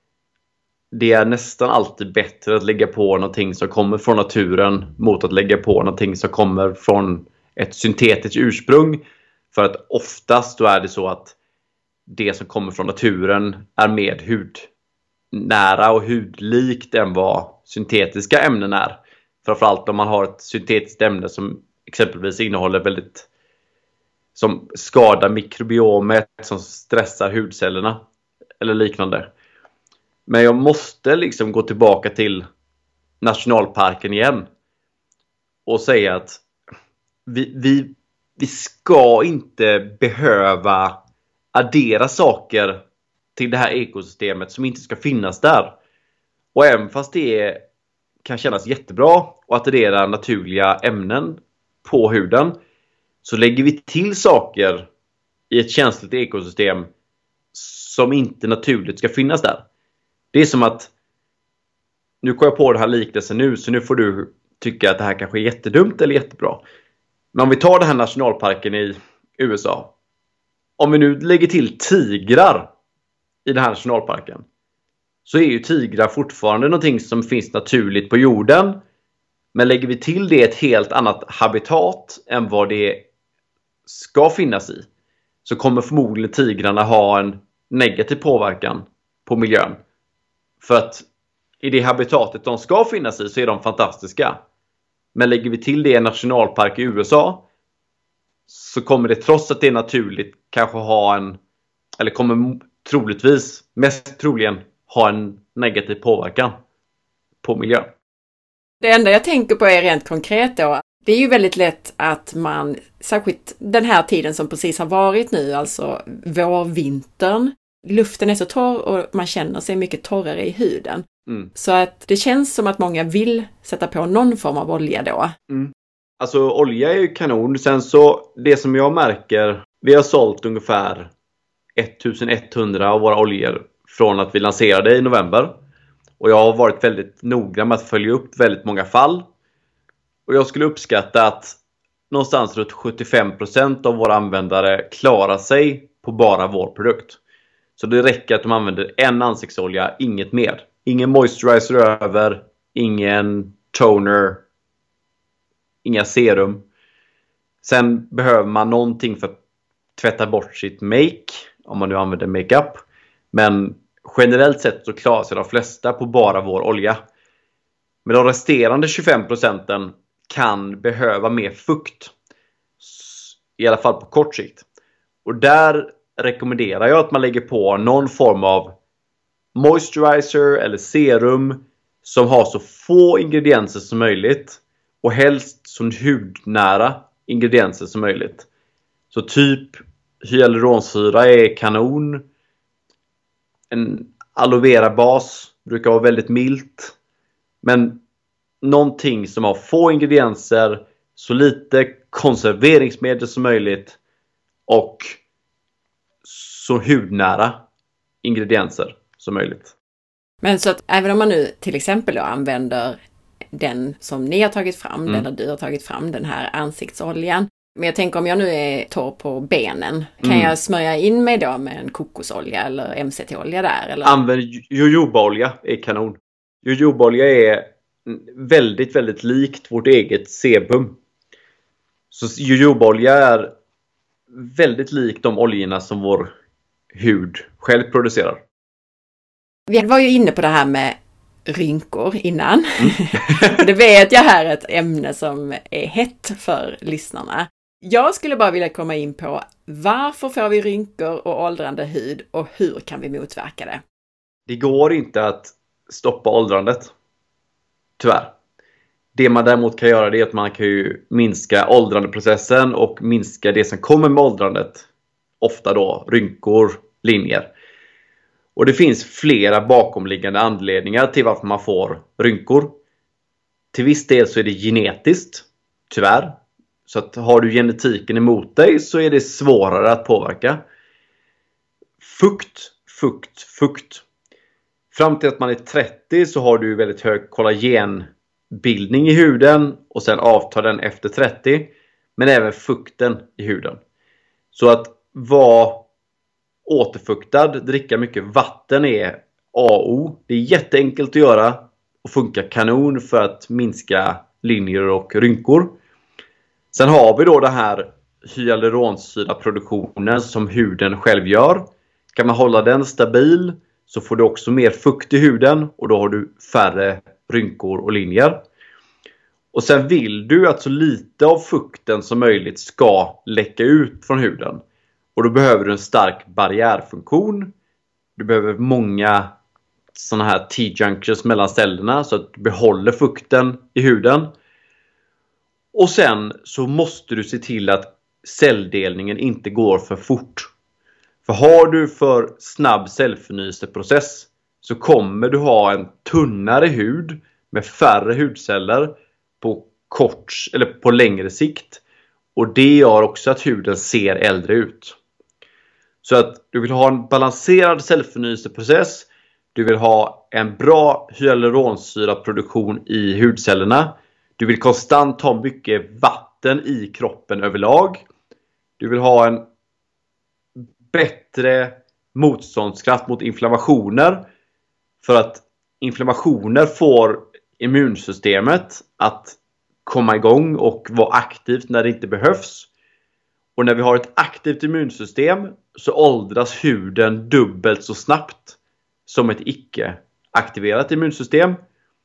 det är nästan alltid bättre att lägga på någonting som kommer från naturen mot att lägga på någonting som kommer från ett syntetiskt ursprung. För att oftast då är det så att det som kommer från naturen är med hudnära och hudlikt än vad syntetiska ämnen är. Framförallt om man har ett syntetiskt ämne som exempelvis innehåller väldigt, som skadar mikrobiomet, som stressar hudcellerna eller liknande. Men jag måste liksom gå tillbaka till nationalparken igen och säga att vi ska inte behöva addera saker till det här ekosystemet som inte ska finnas där. Och även fast det är kan kännas jättebra och attrahera naturliga ämnen på huden. Så lägger vi till saker i ett känsligt ekosystem som inte naturligt ska finnas där. Det är som att, nu kommer jag på det här liknelsen nu, så nu får du tycka att det här kanske är jättedumt eller jättebra. Men om vi tar den här nationalparken i USA. Om vi nu lägger till tigrar i den här nationalparken, så är ju tigrar fortfarande någonting som finns naturligt på jorden. Men lägger vi till det ett helt annat habitat än vad det ska finnas i, så kommer förmodligen tigrarna ha en negativ påverkan på miljön. För att i det habitatet de ska finnas i så är de fantastiska. Men lägger vi till det i en nationalpark i USA, så kommer det, trots att det är naturligt, kanske ha en, eller kommer troligtvis, mest troligen ha en negativ påverkan på miljön. Det enda jag tänker på är rent konkret då. Det är ju väldigt lätt att man, särskilt den här tiden som precis har varit nu, alltså vårvintern, luften är så torr och man känner sig mycket torrare i huden. Så att det känns som att många vill sätta på någon form av olja då. Alltså olja är ju kanon. Sen så, det som jag märker, vi har sålt ungefär 1100 av våra oljor från att vi lanserade i november. Och jag har varit väldigt noga med att följa upp väldigt många fall. Och jag skulle uppskatta att någonstans runt 75% av våra användare klarar sig på bara vår produkt. Så det räcker att de använder en ansiktsolja, inget mer. Ingen moisturizer över, ingen toner, inga serum. Sen behöver man någonting för att tvätta bort sitt make, om man nu använder makeup. Men generellt sett så klarar sig de flesta på bara vår olja. Men de resterande 25% kan behöva mer fukt. I alla fall på kort sikt. Och där rekommenderar jag att man lägger på någon form av moisturizer eller serum som har så få ingredienser som möjligt. Och helst så hudnära ingredienser som möjligt. Så typ hyaluronsyra är kanon. En aloe vera bas brukar vara väldigt milt. Men någonting som har få ingredienser, så lite konserveringsmedel som möjligt och så hudnära ingredienser som möjligt. Men så att även om man nu till exempel då använder den som ni har tagit fram, den där du har tagit fram, den här ansiktsoljan. Men jag tänker, om jag nu är torr på benen, kan jag smörja in mig då med en kokosolja eller MCT-olja där? Eller? Använd jojobaolja, är kanon. Jojobaolja är väldigt, väldigt likt vårt eget sebum. Så jojobaolja är väldigt likt de oljorna som vår hud själv producerar. Vi var ju inne på det här med rynkor innan. Det vet jag här är ett ämne som är hett för lyssnarna. Jag skulle bara vilja komma in på, varför får vi rynkor och åldrande hud och hur kan vi motverka det? Det går inte att stoppa åldrandet. Tyvärr. Det man däremot kan göra, det är att man kan ju minska åldrandeprocessen och minska det som kommer med åldrandet. Ofta då rynkor, linjer. Och det finns flera bakomliggande anledningar till varför man får rynkor. Till viss del så är det genetiskt, tyvärr. Så att har du genetiken emot dig så är det svårare att påverka. Fukt. Fram till att man är 30 så har du väldigt hög kollagenbildning i huden och sen avtar den efter 30. Men även fukten i huden. Så att vara återfuktad, dricka mycket vatten är AO. Det är jätteenkelt att göra och funkar kanon för att minska linjer och rynkor. Sen har vi då den här hyaluronsyraproduktionen som huden själv gör. Kan man hålla den stabil så får du också mer fukt i huden och då har du färre rynkor och linjer. Och sen vill du att så lite av fukten som möjligt ska läcka ut från huden. Och då behöver du en stark barriärfunktion. Du behöver många sådana här T-junctions mellan cellerna så att du behåller fukten i huden. Och sen så måste du se till att celldelningen inte går för fort. För har du för snabb cellförnyelseprocess så kommer du ha en tunnare hud med färre hudceller på kort eller på längre sikt. Och det gör också att huden ser äldre ut. Så att du vill ha en balanserad cellförnyelseprocess. Du vill ha en bra hyaluronsyraproduktion i hudcellerna. Du vill konstant ha mycket vatten i kroppen överlag. Du vill ha en bättre motståndskraft mot inflammationer. För att inflammationer får immunsystemet att komma igång och vara aktivt när det inte behövs. Och när vi har ett aktivt immunsystem så åldras huden dubbelt så snabbt som ett icke-aktiverat immunsystem.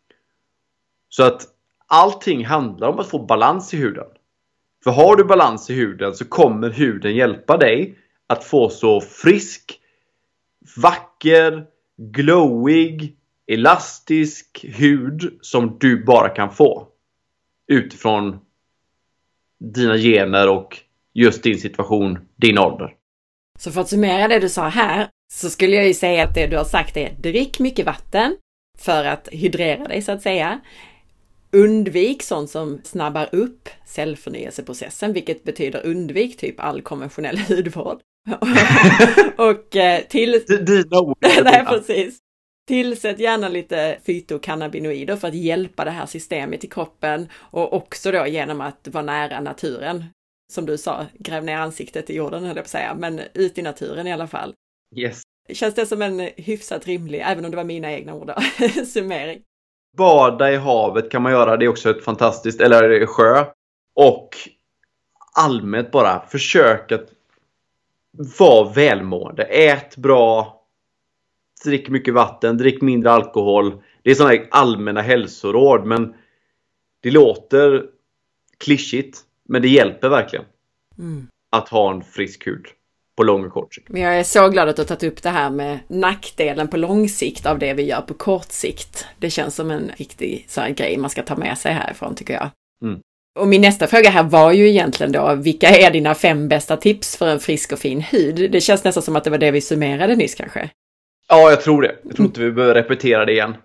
Så att allting handlar om att få balans i huden. För har du balans i huden så kommer huden hjälpa dig att få så frisk, vacker, glowig, elastisk hud som du bara kan få. Utifrån dina gener och just din situation, din ålder. Så för att summera det du sa här så skulle jag ju säga att det du har sagt är drick mycket vatten för att hydrera dig så att säga. Undvik sånt som snabbar upp cellförnyelseprocessen, vilket betyder undvik typ all konventionell hudvård. Och Dina ord. Nej, precis. Tillsätt gärna lite fytokannabinoider för att hjälpa det här systemet i kroppen och också då genom att vara nära naturen. Som du sa, gräv ner ansiktet i jorden höll jag på att säga, men ut i naturen i alla fall. Yes. Känns det som en hyfsat rimlig, även om det var mina egna ord, summering? Bada i havet kan man göra, det är också ett fantastiskt, eller sjö. Och allmänt bara försök att vara välmående. Ät bra, drick mycket vatten, drick mindre alkohol. Det är sådana allmänna hälsoråd, men det låter klyschigt, men det hjälper verkligen att ha en frisk hud på lång och kort sikt. Men jag är så glad att du har tagit upp det här med nackdelen på lång sikt av det vi gör på kort sikt. Det känns som en riktig sån här grej man ska ta med sig härifrån, tycker jag. Och min nästa fråga här var ju egentligen då, vilka är dina 5 bästa tips för en frisk och fin hud? Det känns nästan som att det var det vi summerade nyss kanske. Ja, jag tror det. Jag tror inte vi behöver repetera det igen.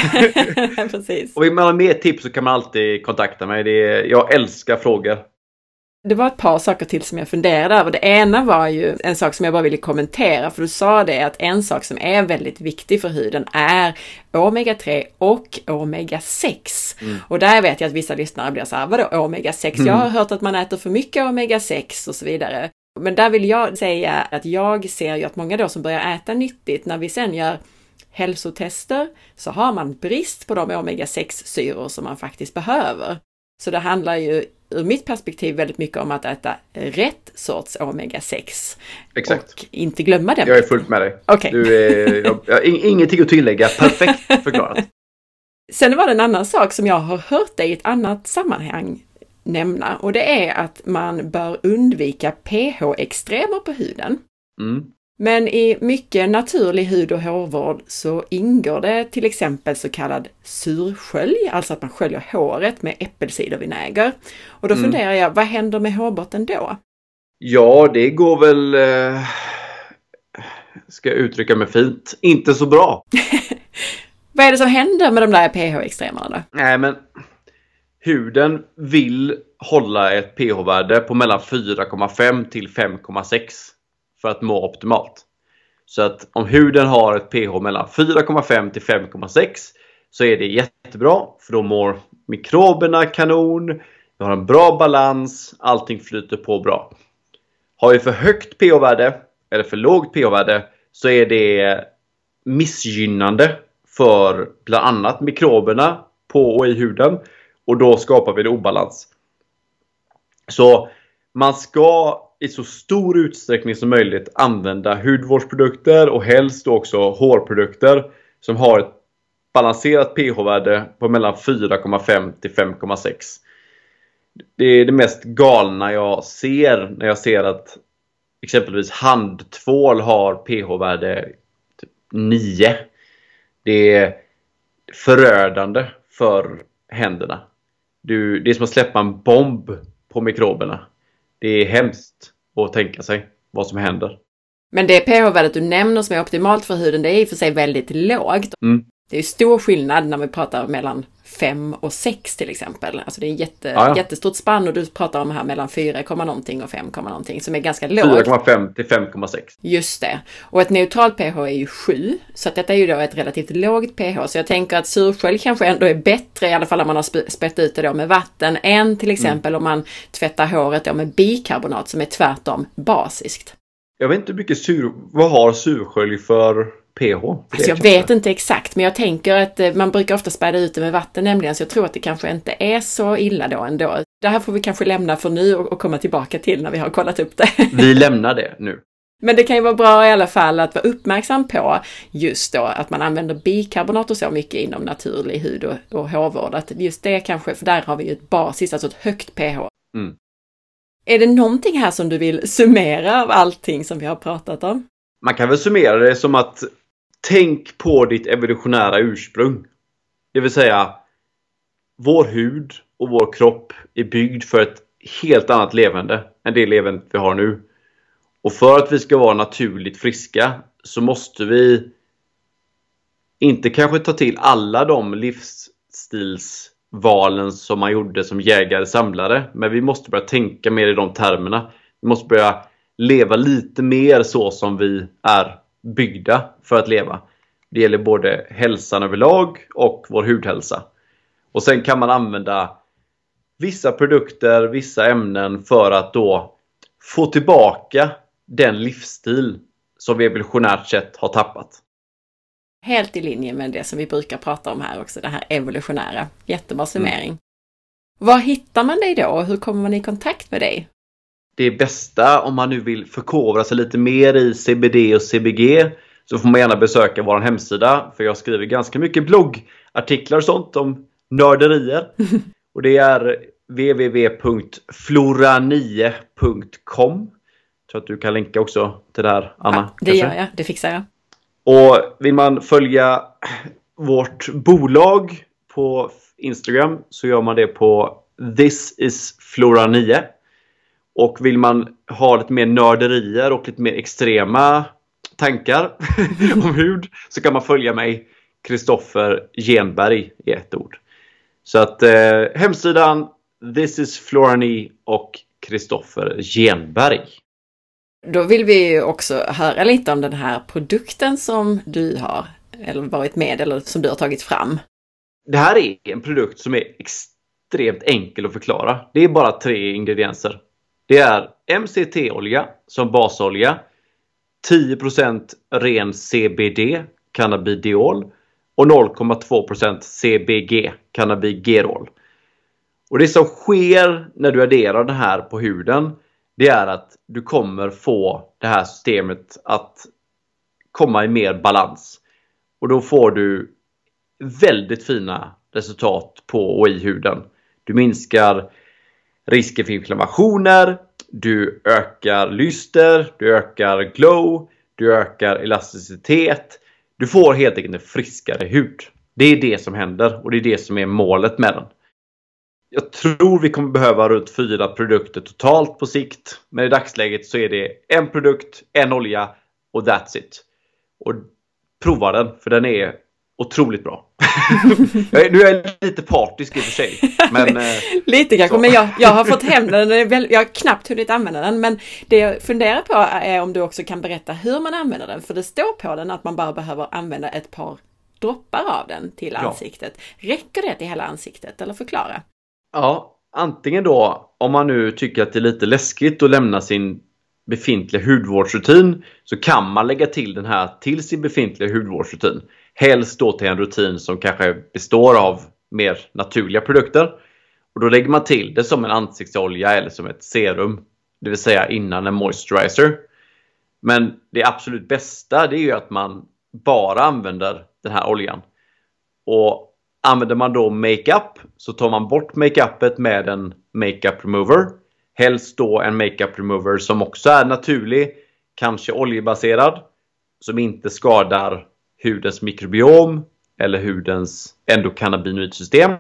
Precis. Och vill man ha mer tips så kan man alltid kontakta mig. Jag älskar frågor. Det var ett par saker till som jag funderade över. Det ena var ju en sak som jag bara ville kommentera. För du sa det att en sak som är väldigt viktig för huden är omega-3 och omega-6. Och där vet jag att vissa lyssnare blir så här, vadå omega-6? Jag har hört att man äter för mycket omega-6 och så vidare. Men där vill jag säga att jag ser ju att många då som börjar äta nyttigt, när vi sen gör hälsotester så har man brist på de omega-6-syror som man faktiskt behöver. Så det handlar ju ur mitt perspektiv väldigt mycket om att äta rätt sorts omega-6. Exakt. Och inte glömma den. Jag är fullt med dig. Okay. Jag har ingenting att tillägga. Perfekt förklarat. Sen var det en annan sak som jag har hört dig i ett annat sammanhang nämna. Och det är att man bör undvika pH-extremer på huden. Men i mycket naturlig hud- och hårvård så ingår det till exempel så kallad surskölj, alltså att man sköljer håret med äppelcidervinäger. Och då funderar jag, vad händer med hårbotten då? Ja, det går väl, ska jag uttrycka mig fint, inte så bra. Vad är det som händer med de där pH-extremerna då? Nej, men huden vill hålla ett pH-värde på mellan 4,5 till 5,6 för att må optimalt. Så att om huden har ett pH mellan 4,5 till 5,6 så är det jättebra, för då mår mikroberna kanon, vi har en bra balans, allting flyter på bra. Har vi för högt pH-värde eller för lågt pH-värde så är det missgynnande för bland annat mikroberna på och i huden, och då skapar vi en obalans. Så man ska i så stor utsträckning som möjligt använda hudvårdsprodukter och helst också hårprodukter som har ett balanserat pH-värde på mellan 4,5 till 5,6. Det är det mest galna jag ser när jag ser att exempelvis handtvål har pH-värde typ 9. Det är förödande för händerna. Det är som att släppa en bomb på mikroberna. Det är hemskt att tänka sig vad som händer. Men det pH-värdet du nämner som är optimalt för huden, det är i och för sig väldigt lågt. Det är stor skillnad när vi pratar mellan 5 och 6 till exempel. Alltså det är jättestort spann och du pratar om här mellan 4, någonting och 5, någonting som är ganska lågt. 4,5 till 5,6. Just det. Och ett neutralt pH är ju 7. Så att detta är ju då ett relativt lågt pH. Så jag tänker att surskölj kanske ändå är bättre, i alla fall om man har spett ut det då med vatten, än till exempel om man tvättar håret då med bikarbonat som är tvärtom basiskt. Jag vet inte hur mycket vad har surskölj för pH? Alltså jag vet inte exakt, men jag tänker att man brukar ofta späda ut det med vatten nämligen, så jag tror att det kanske inte är så illa då ändå. Det här får vi kanske lämna för nu och komma tillbaka till när vi har kollat upp det. Vi lämnar det nu. Men det kan ju vara bra i alla fall att vara uppmärksam på just då att man använder bikarbonat och så mycket inom naturlig hud och hårvård. Att just det kanske, för där har vi ju ett basis, alltså ett högt pH. Mm. Är det någonting här som du vill summera av allting som vi har pratat om? Man kan väl summera det som att tänk på ditt evolutionära ursprung. Det vill säga, vår hud och vår kropp är byggd för ett helt annat levande än det levande vi har nu. Och för att vi ska vara naturligt friska så måste vi inte kanske ta till alla de livsstilsvalen som man gjorde som jägare-samlare. Men vi måste börja tänka mer i de termerna. Vi måste börja leva lite mer så som vi är byggda för att leva. Det gäller både hälsan överlag och vår hudhälsa. Och sen kan man använda vissa produkter, vissa ämnen för att då få tillbaka den livsstil som vi evolutionärt sett har tappat. Helt i linje med det som vi brukar prata om här också, det här evolutionära. Jättebra summering. Var hittar man dig då och hur kommer man i kontakt med dig? Det bästa om man nu vill förkovra sig lite mer i CBD och CBG så får man gärna besöka vår hemsida, för jag skriver ganska mycket bloggartiklar och sånt om nörderier. Och det är www.flora9.com. Jag tror att du kan länka också till det här, Anna. Ja, det kanske gör jag, det fixar jag. Och vill man följa vårt bolag på Instagram så gör man det på thisisflora9. Och vill man ha lite mer nörderier och lite mer extrema tankar om hud så kan man följa mig, Kristoffer Genberg, i ett ord. Så att hemsidan thisisflora9 och Kristoffer Genberg. Då vill vi också höra lite om den här produkten som du har eller varit med eller som du har tagit fram. Det här är en produkt som är extremt enkel att förklara. Det är bara 3 ingredienser. Det är MCT-olja som basolja, 10% ren CBD, cannabidiol, och 0,2% CBG, cannabigerol. Och det som sker när du adderar det här på huden, det är att du kommer få det här systemet att komma i mer balans. Och då får du väldigt fina resultat på och i huden. Du minskar risken för inflammationer, du ökar lyster, du ökar glow, du ökar elasticitet. Du får helt enkelt en friskare hud. Det är det som händer och det är det som är målet med den. Jag tror vi kommer behöva runt 4 produkter totalt på sikt. Men i dagsläget så är det en produkt, en olja och that's it. Och prova den, för den är otroligt bra. Nu är jag lite partisk i och för sig. Men, lite kanske, men jag har fått hem den. Jag har knappt hunnit använda den. Men det jag funderar på är om du också kan berätta hur man använder den. För det står på den att man bara behöver använda ett par droppar av den till ansiktet. Räcker det till hela ansiktet, eller förklara? Ja, antingen då om man nu tycker att det är lite läskigt att lämna sin befintliga hudvårdsrutin, så kan man lägga till den här till sin befintliga hudvårdsrutin. Helst då till en rutin som kanske består av mer naturliga produkter. Och då lägger man till det som en ansiktsolja eller som ett serum. Det vill säga innan en moisturizer. Men det absolut bästa, det är ju att man bara använder den här oljan. Och använder man då makeup så tar man bort makeupet med en makeup remover. Helst då en makeup remover som också är naturlig, kanske oljebaserad, som inte skadar hudens mikrobiom eller hudens endokannabinoidsystem.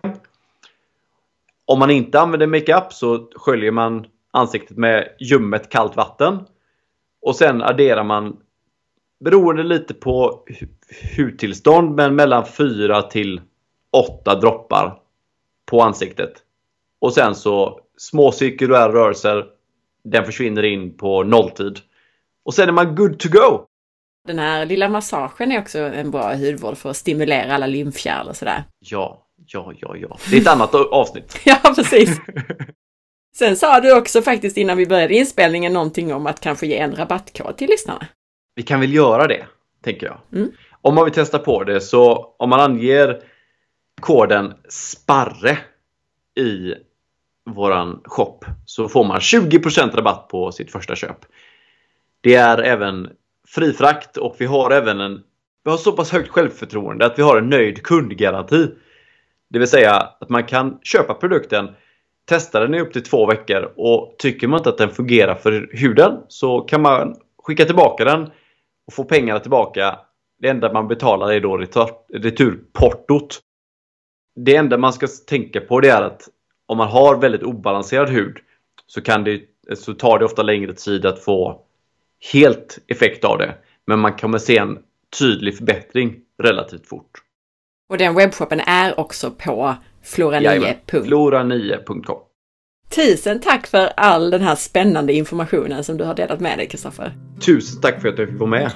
Om man inte använder makeup så sköljer man ansiktet med ljummet kallt vatten. Och sen adderar man beroende lite på hudtillstånd, men mellan 4 till 8 droppar på ansiktet. Och sen så små cirkulära rörelser, den försvinner in på nolltid. Och sen är man good to go. Den här lilla massagen är också en bra hudvård för att stimulera alla lymfkärl och sådär. Ja. Det är ett annat avsnitt. Ja, precis. Sen sa du också faktiskt innan vi började inspelningen någonting om att kanske ge en rabattkod till lyssnarna. Vi kan väl göra det, tänker jag. Om man vill testa på det, så om man anger koden SPARRE i våran shop så får man 20% rabatt på sitt första köp. Det är även fri frakt och vi har så pass högt självförtroende att vi har en nöjd kundgaranti. Det vill säga att man kan köpa produkten, testa den i upp till 2 veckor och tycker man inte att den fungerar för huden så kan man skicka tillbaka den och få pengarna tillbaka. Det enda man betalar är då returportot. Det enda man ska tänka på det är att om man har väldigt obalanserad hud så tar det ofta längre tid att få helt effekt av det. Men man kommer se en tydlig förbättring relativt fort. Och den webbshoppen är också på flora9.com. Tusen tack för all den här spännande informationen som du har delat med dig, Kristoffer. Tusen tack för att jag fick vara med.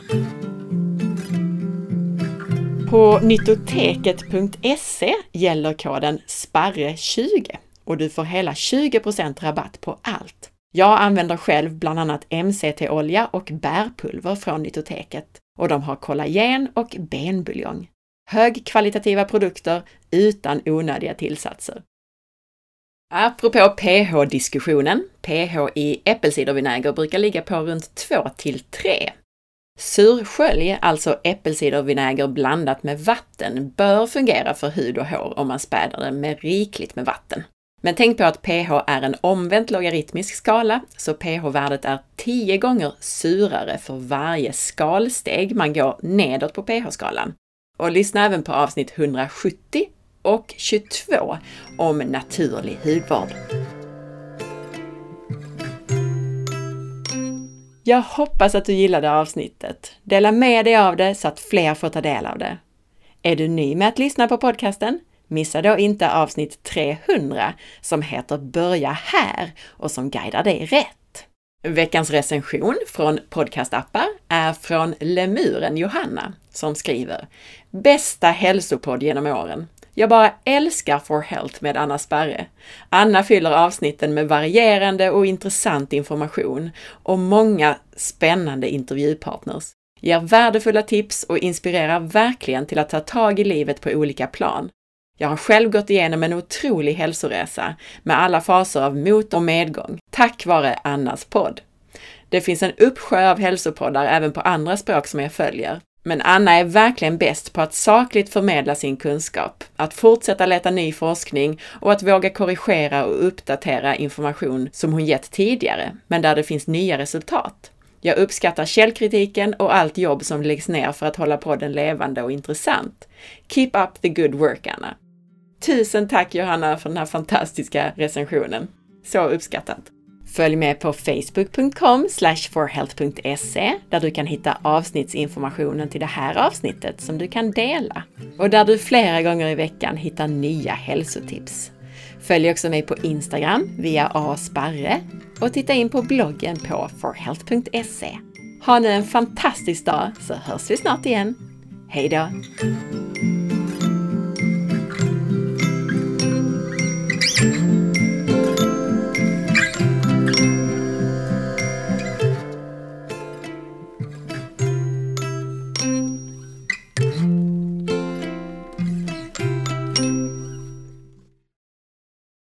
På nyttoteket.se gäller koden SPARRE20 och du får hela 20% rabatt på allt. Jag använder själv bland annat MCT-olja och bärpulver från Nyttoteket och de har kollagen och benbuljong. Högkvalitativa produkter utan onödiga tillsatser. Apropå pH-diskussionen, pH i äppelcidervinäger brukar ligga på runt 2-3. Surskölj, alltså äppelcidervinäger blandat med vatten, bör fungera för hud och hår om man späder den med rikligt med vatten. Men tänk på att pH är en omvänt logaritmisk skala, så pH-värdet är 10 gånger surare för varje skalsteg man går nedåt på pH-skalan. Och lyssna även på avsnitt 170 och 22 om naturlig hudvård. Jag hoppas att du gillade avsnittet. Dela med dig av det så att fler får ta del av det. Är du ny med att lyssna på podcasten? Missa då inte avsnitt 300 som heter Börja här och som guidar dig rätt. Veckans recension från podcastappar är från Lemuren Johanna som skriver: Bästa hälsopodd genom åren. Jag bara älskar For Health med Anna Sparre. Anna fyller avsnitten med varierande och intressant information och många spännande intervjupartners. Ger värdefulla tips och inspirerar verkligen till att ta tag i livet på olika plan. Jag har själv gått igenom en otrolig hälsoresa med alla faser av mot- och medgång, tack vare Annas podd. Det finns en uppsjö av hälsopoddar även på andra språk som jag följer. Men Anna är verkligen bäst på att sakligt förmedla sin kunskap, att fortsätta leta ny forskning och att våga korrigera och uppdatera information som hon gett tidigare, men där det finns nya resultat. Jag uppskattar källkritiken och allt jobb som läggs ner för att hålla podden levande och intressant. Keep up the good work, Anna. Tusen tack Johanna för den här fantastiska recensionen. Så uppskattat. Följ med på facebook.com/forhealth.se där du kan hitta avsnittsinformationen till det här avsnittet som du kan dela. Och där du flera gånger i veckan hittar nya hälsotips. Följ också mig på Instagram via asparre och titta in på bloggen på forhealth.se. Ha nu en fantastisk dag så hörs vi snart igen. Hej då!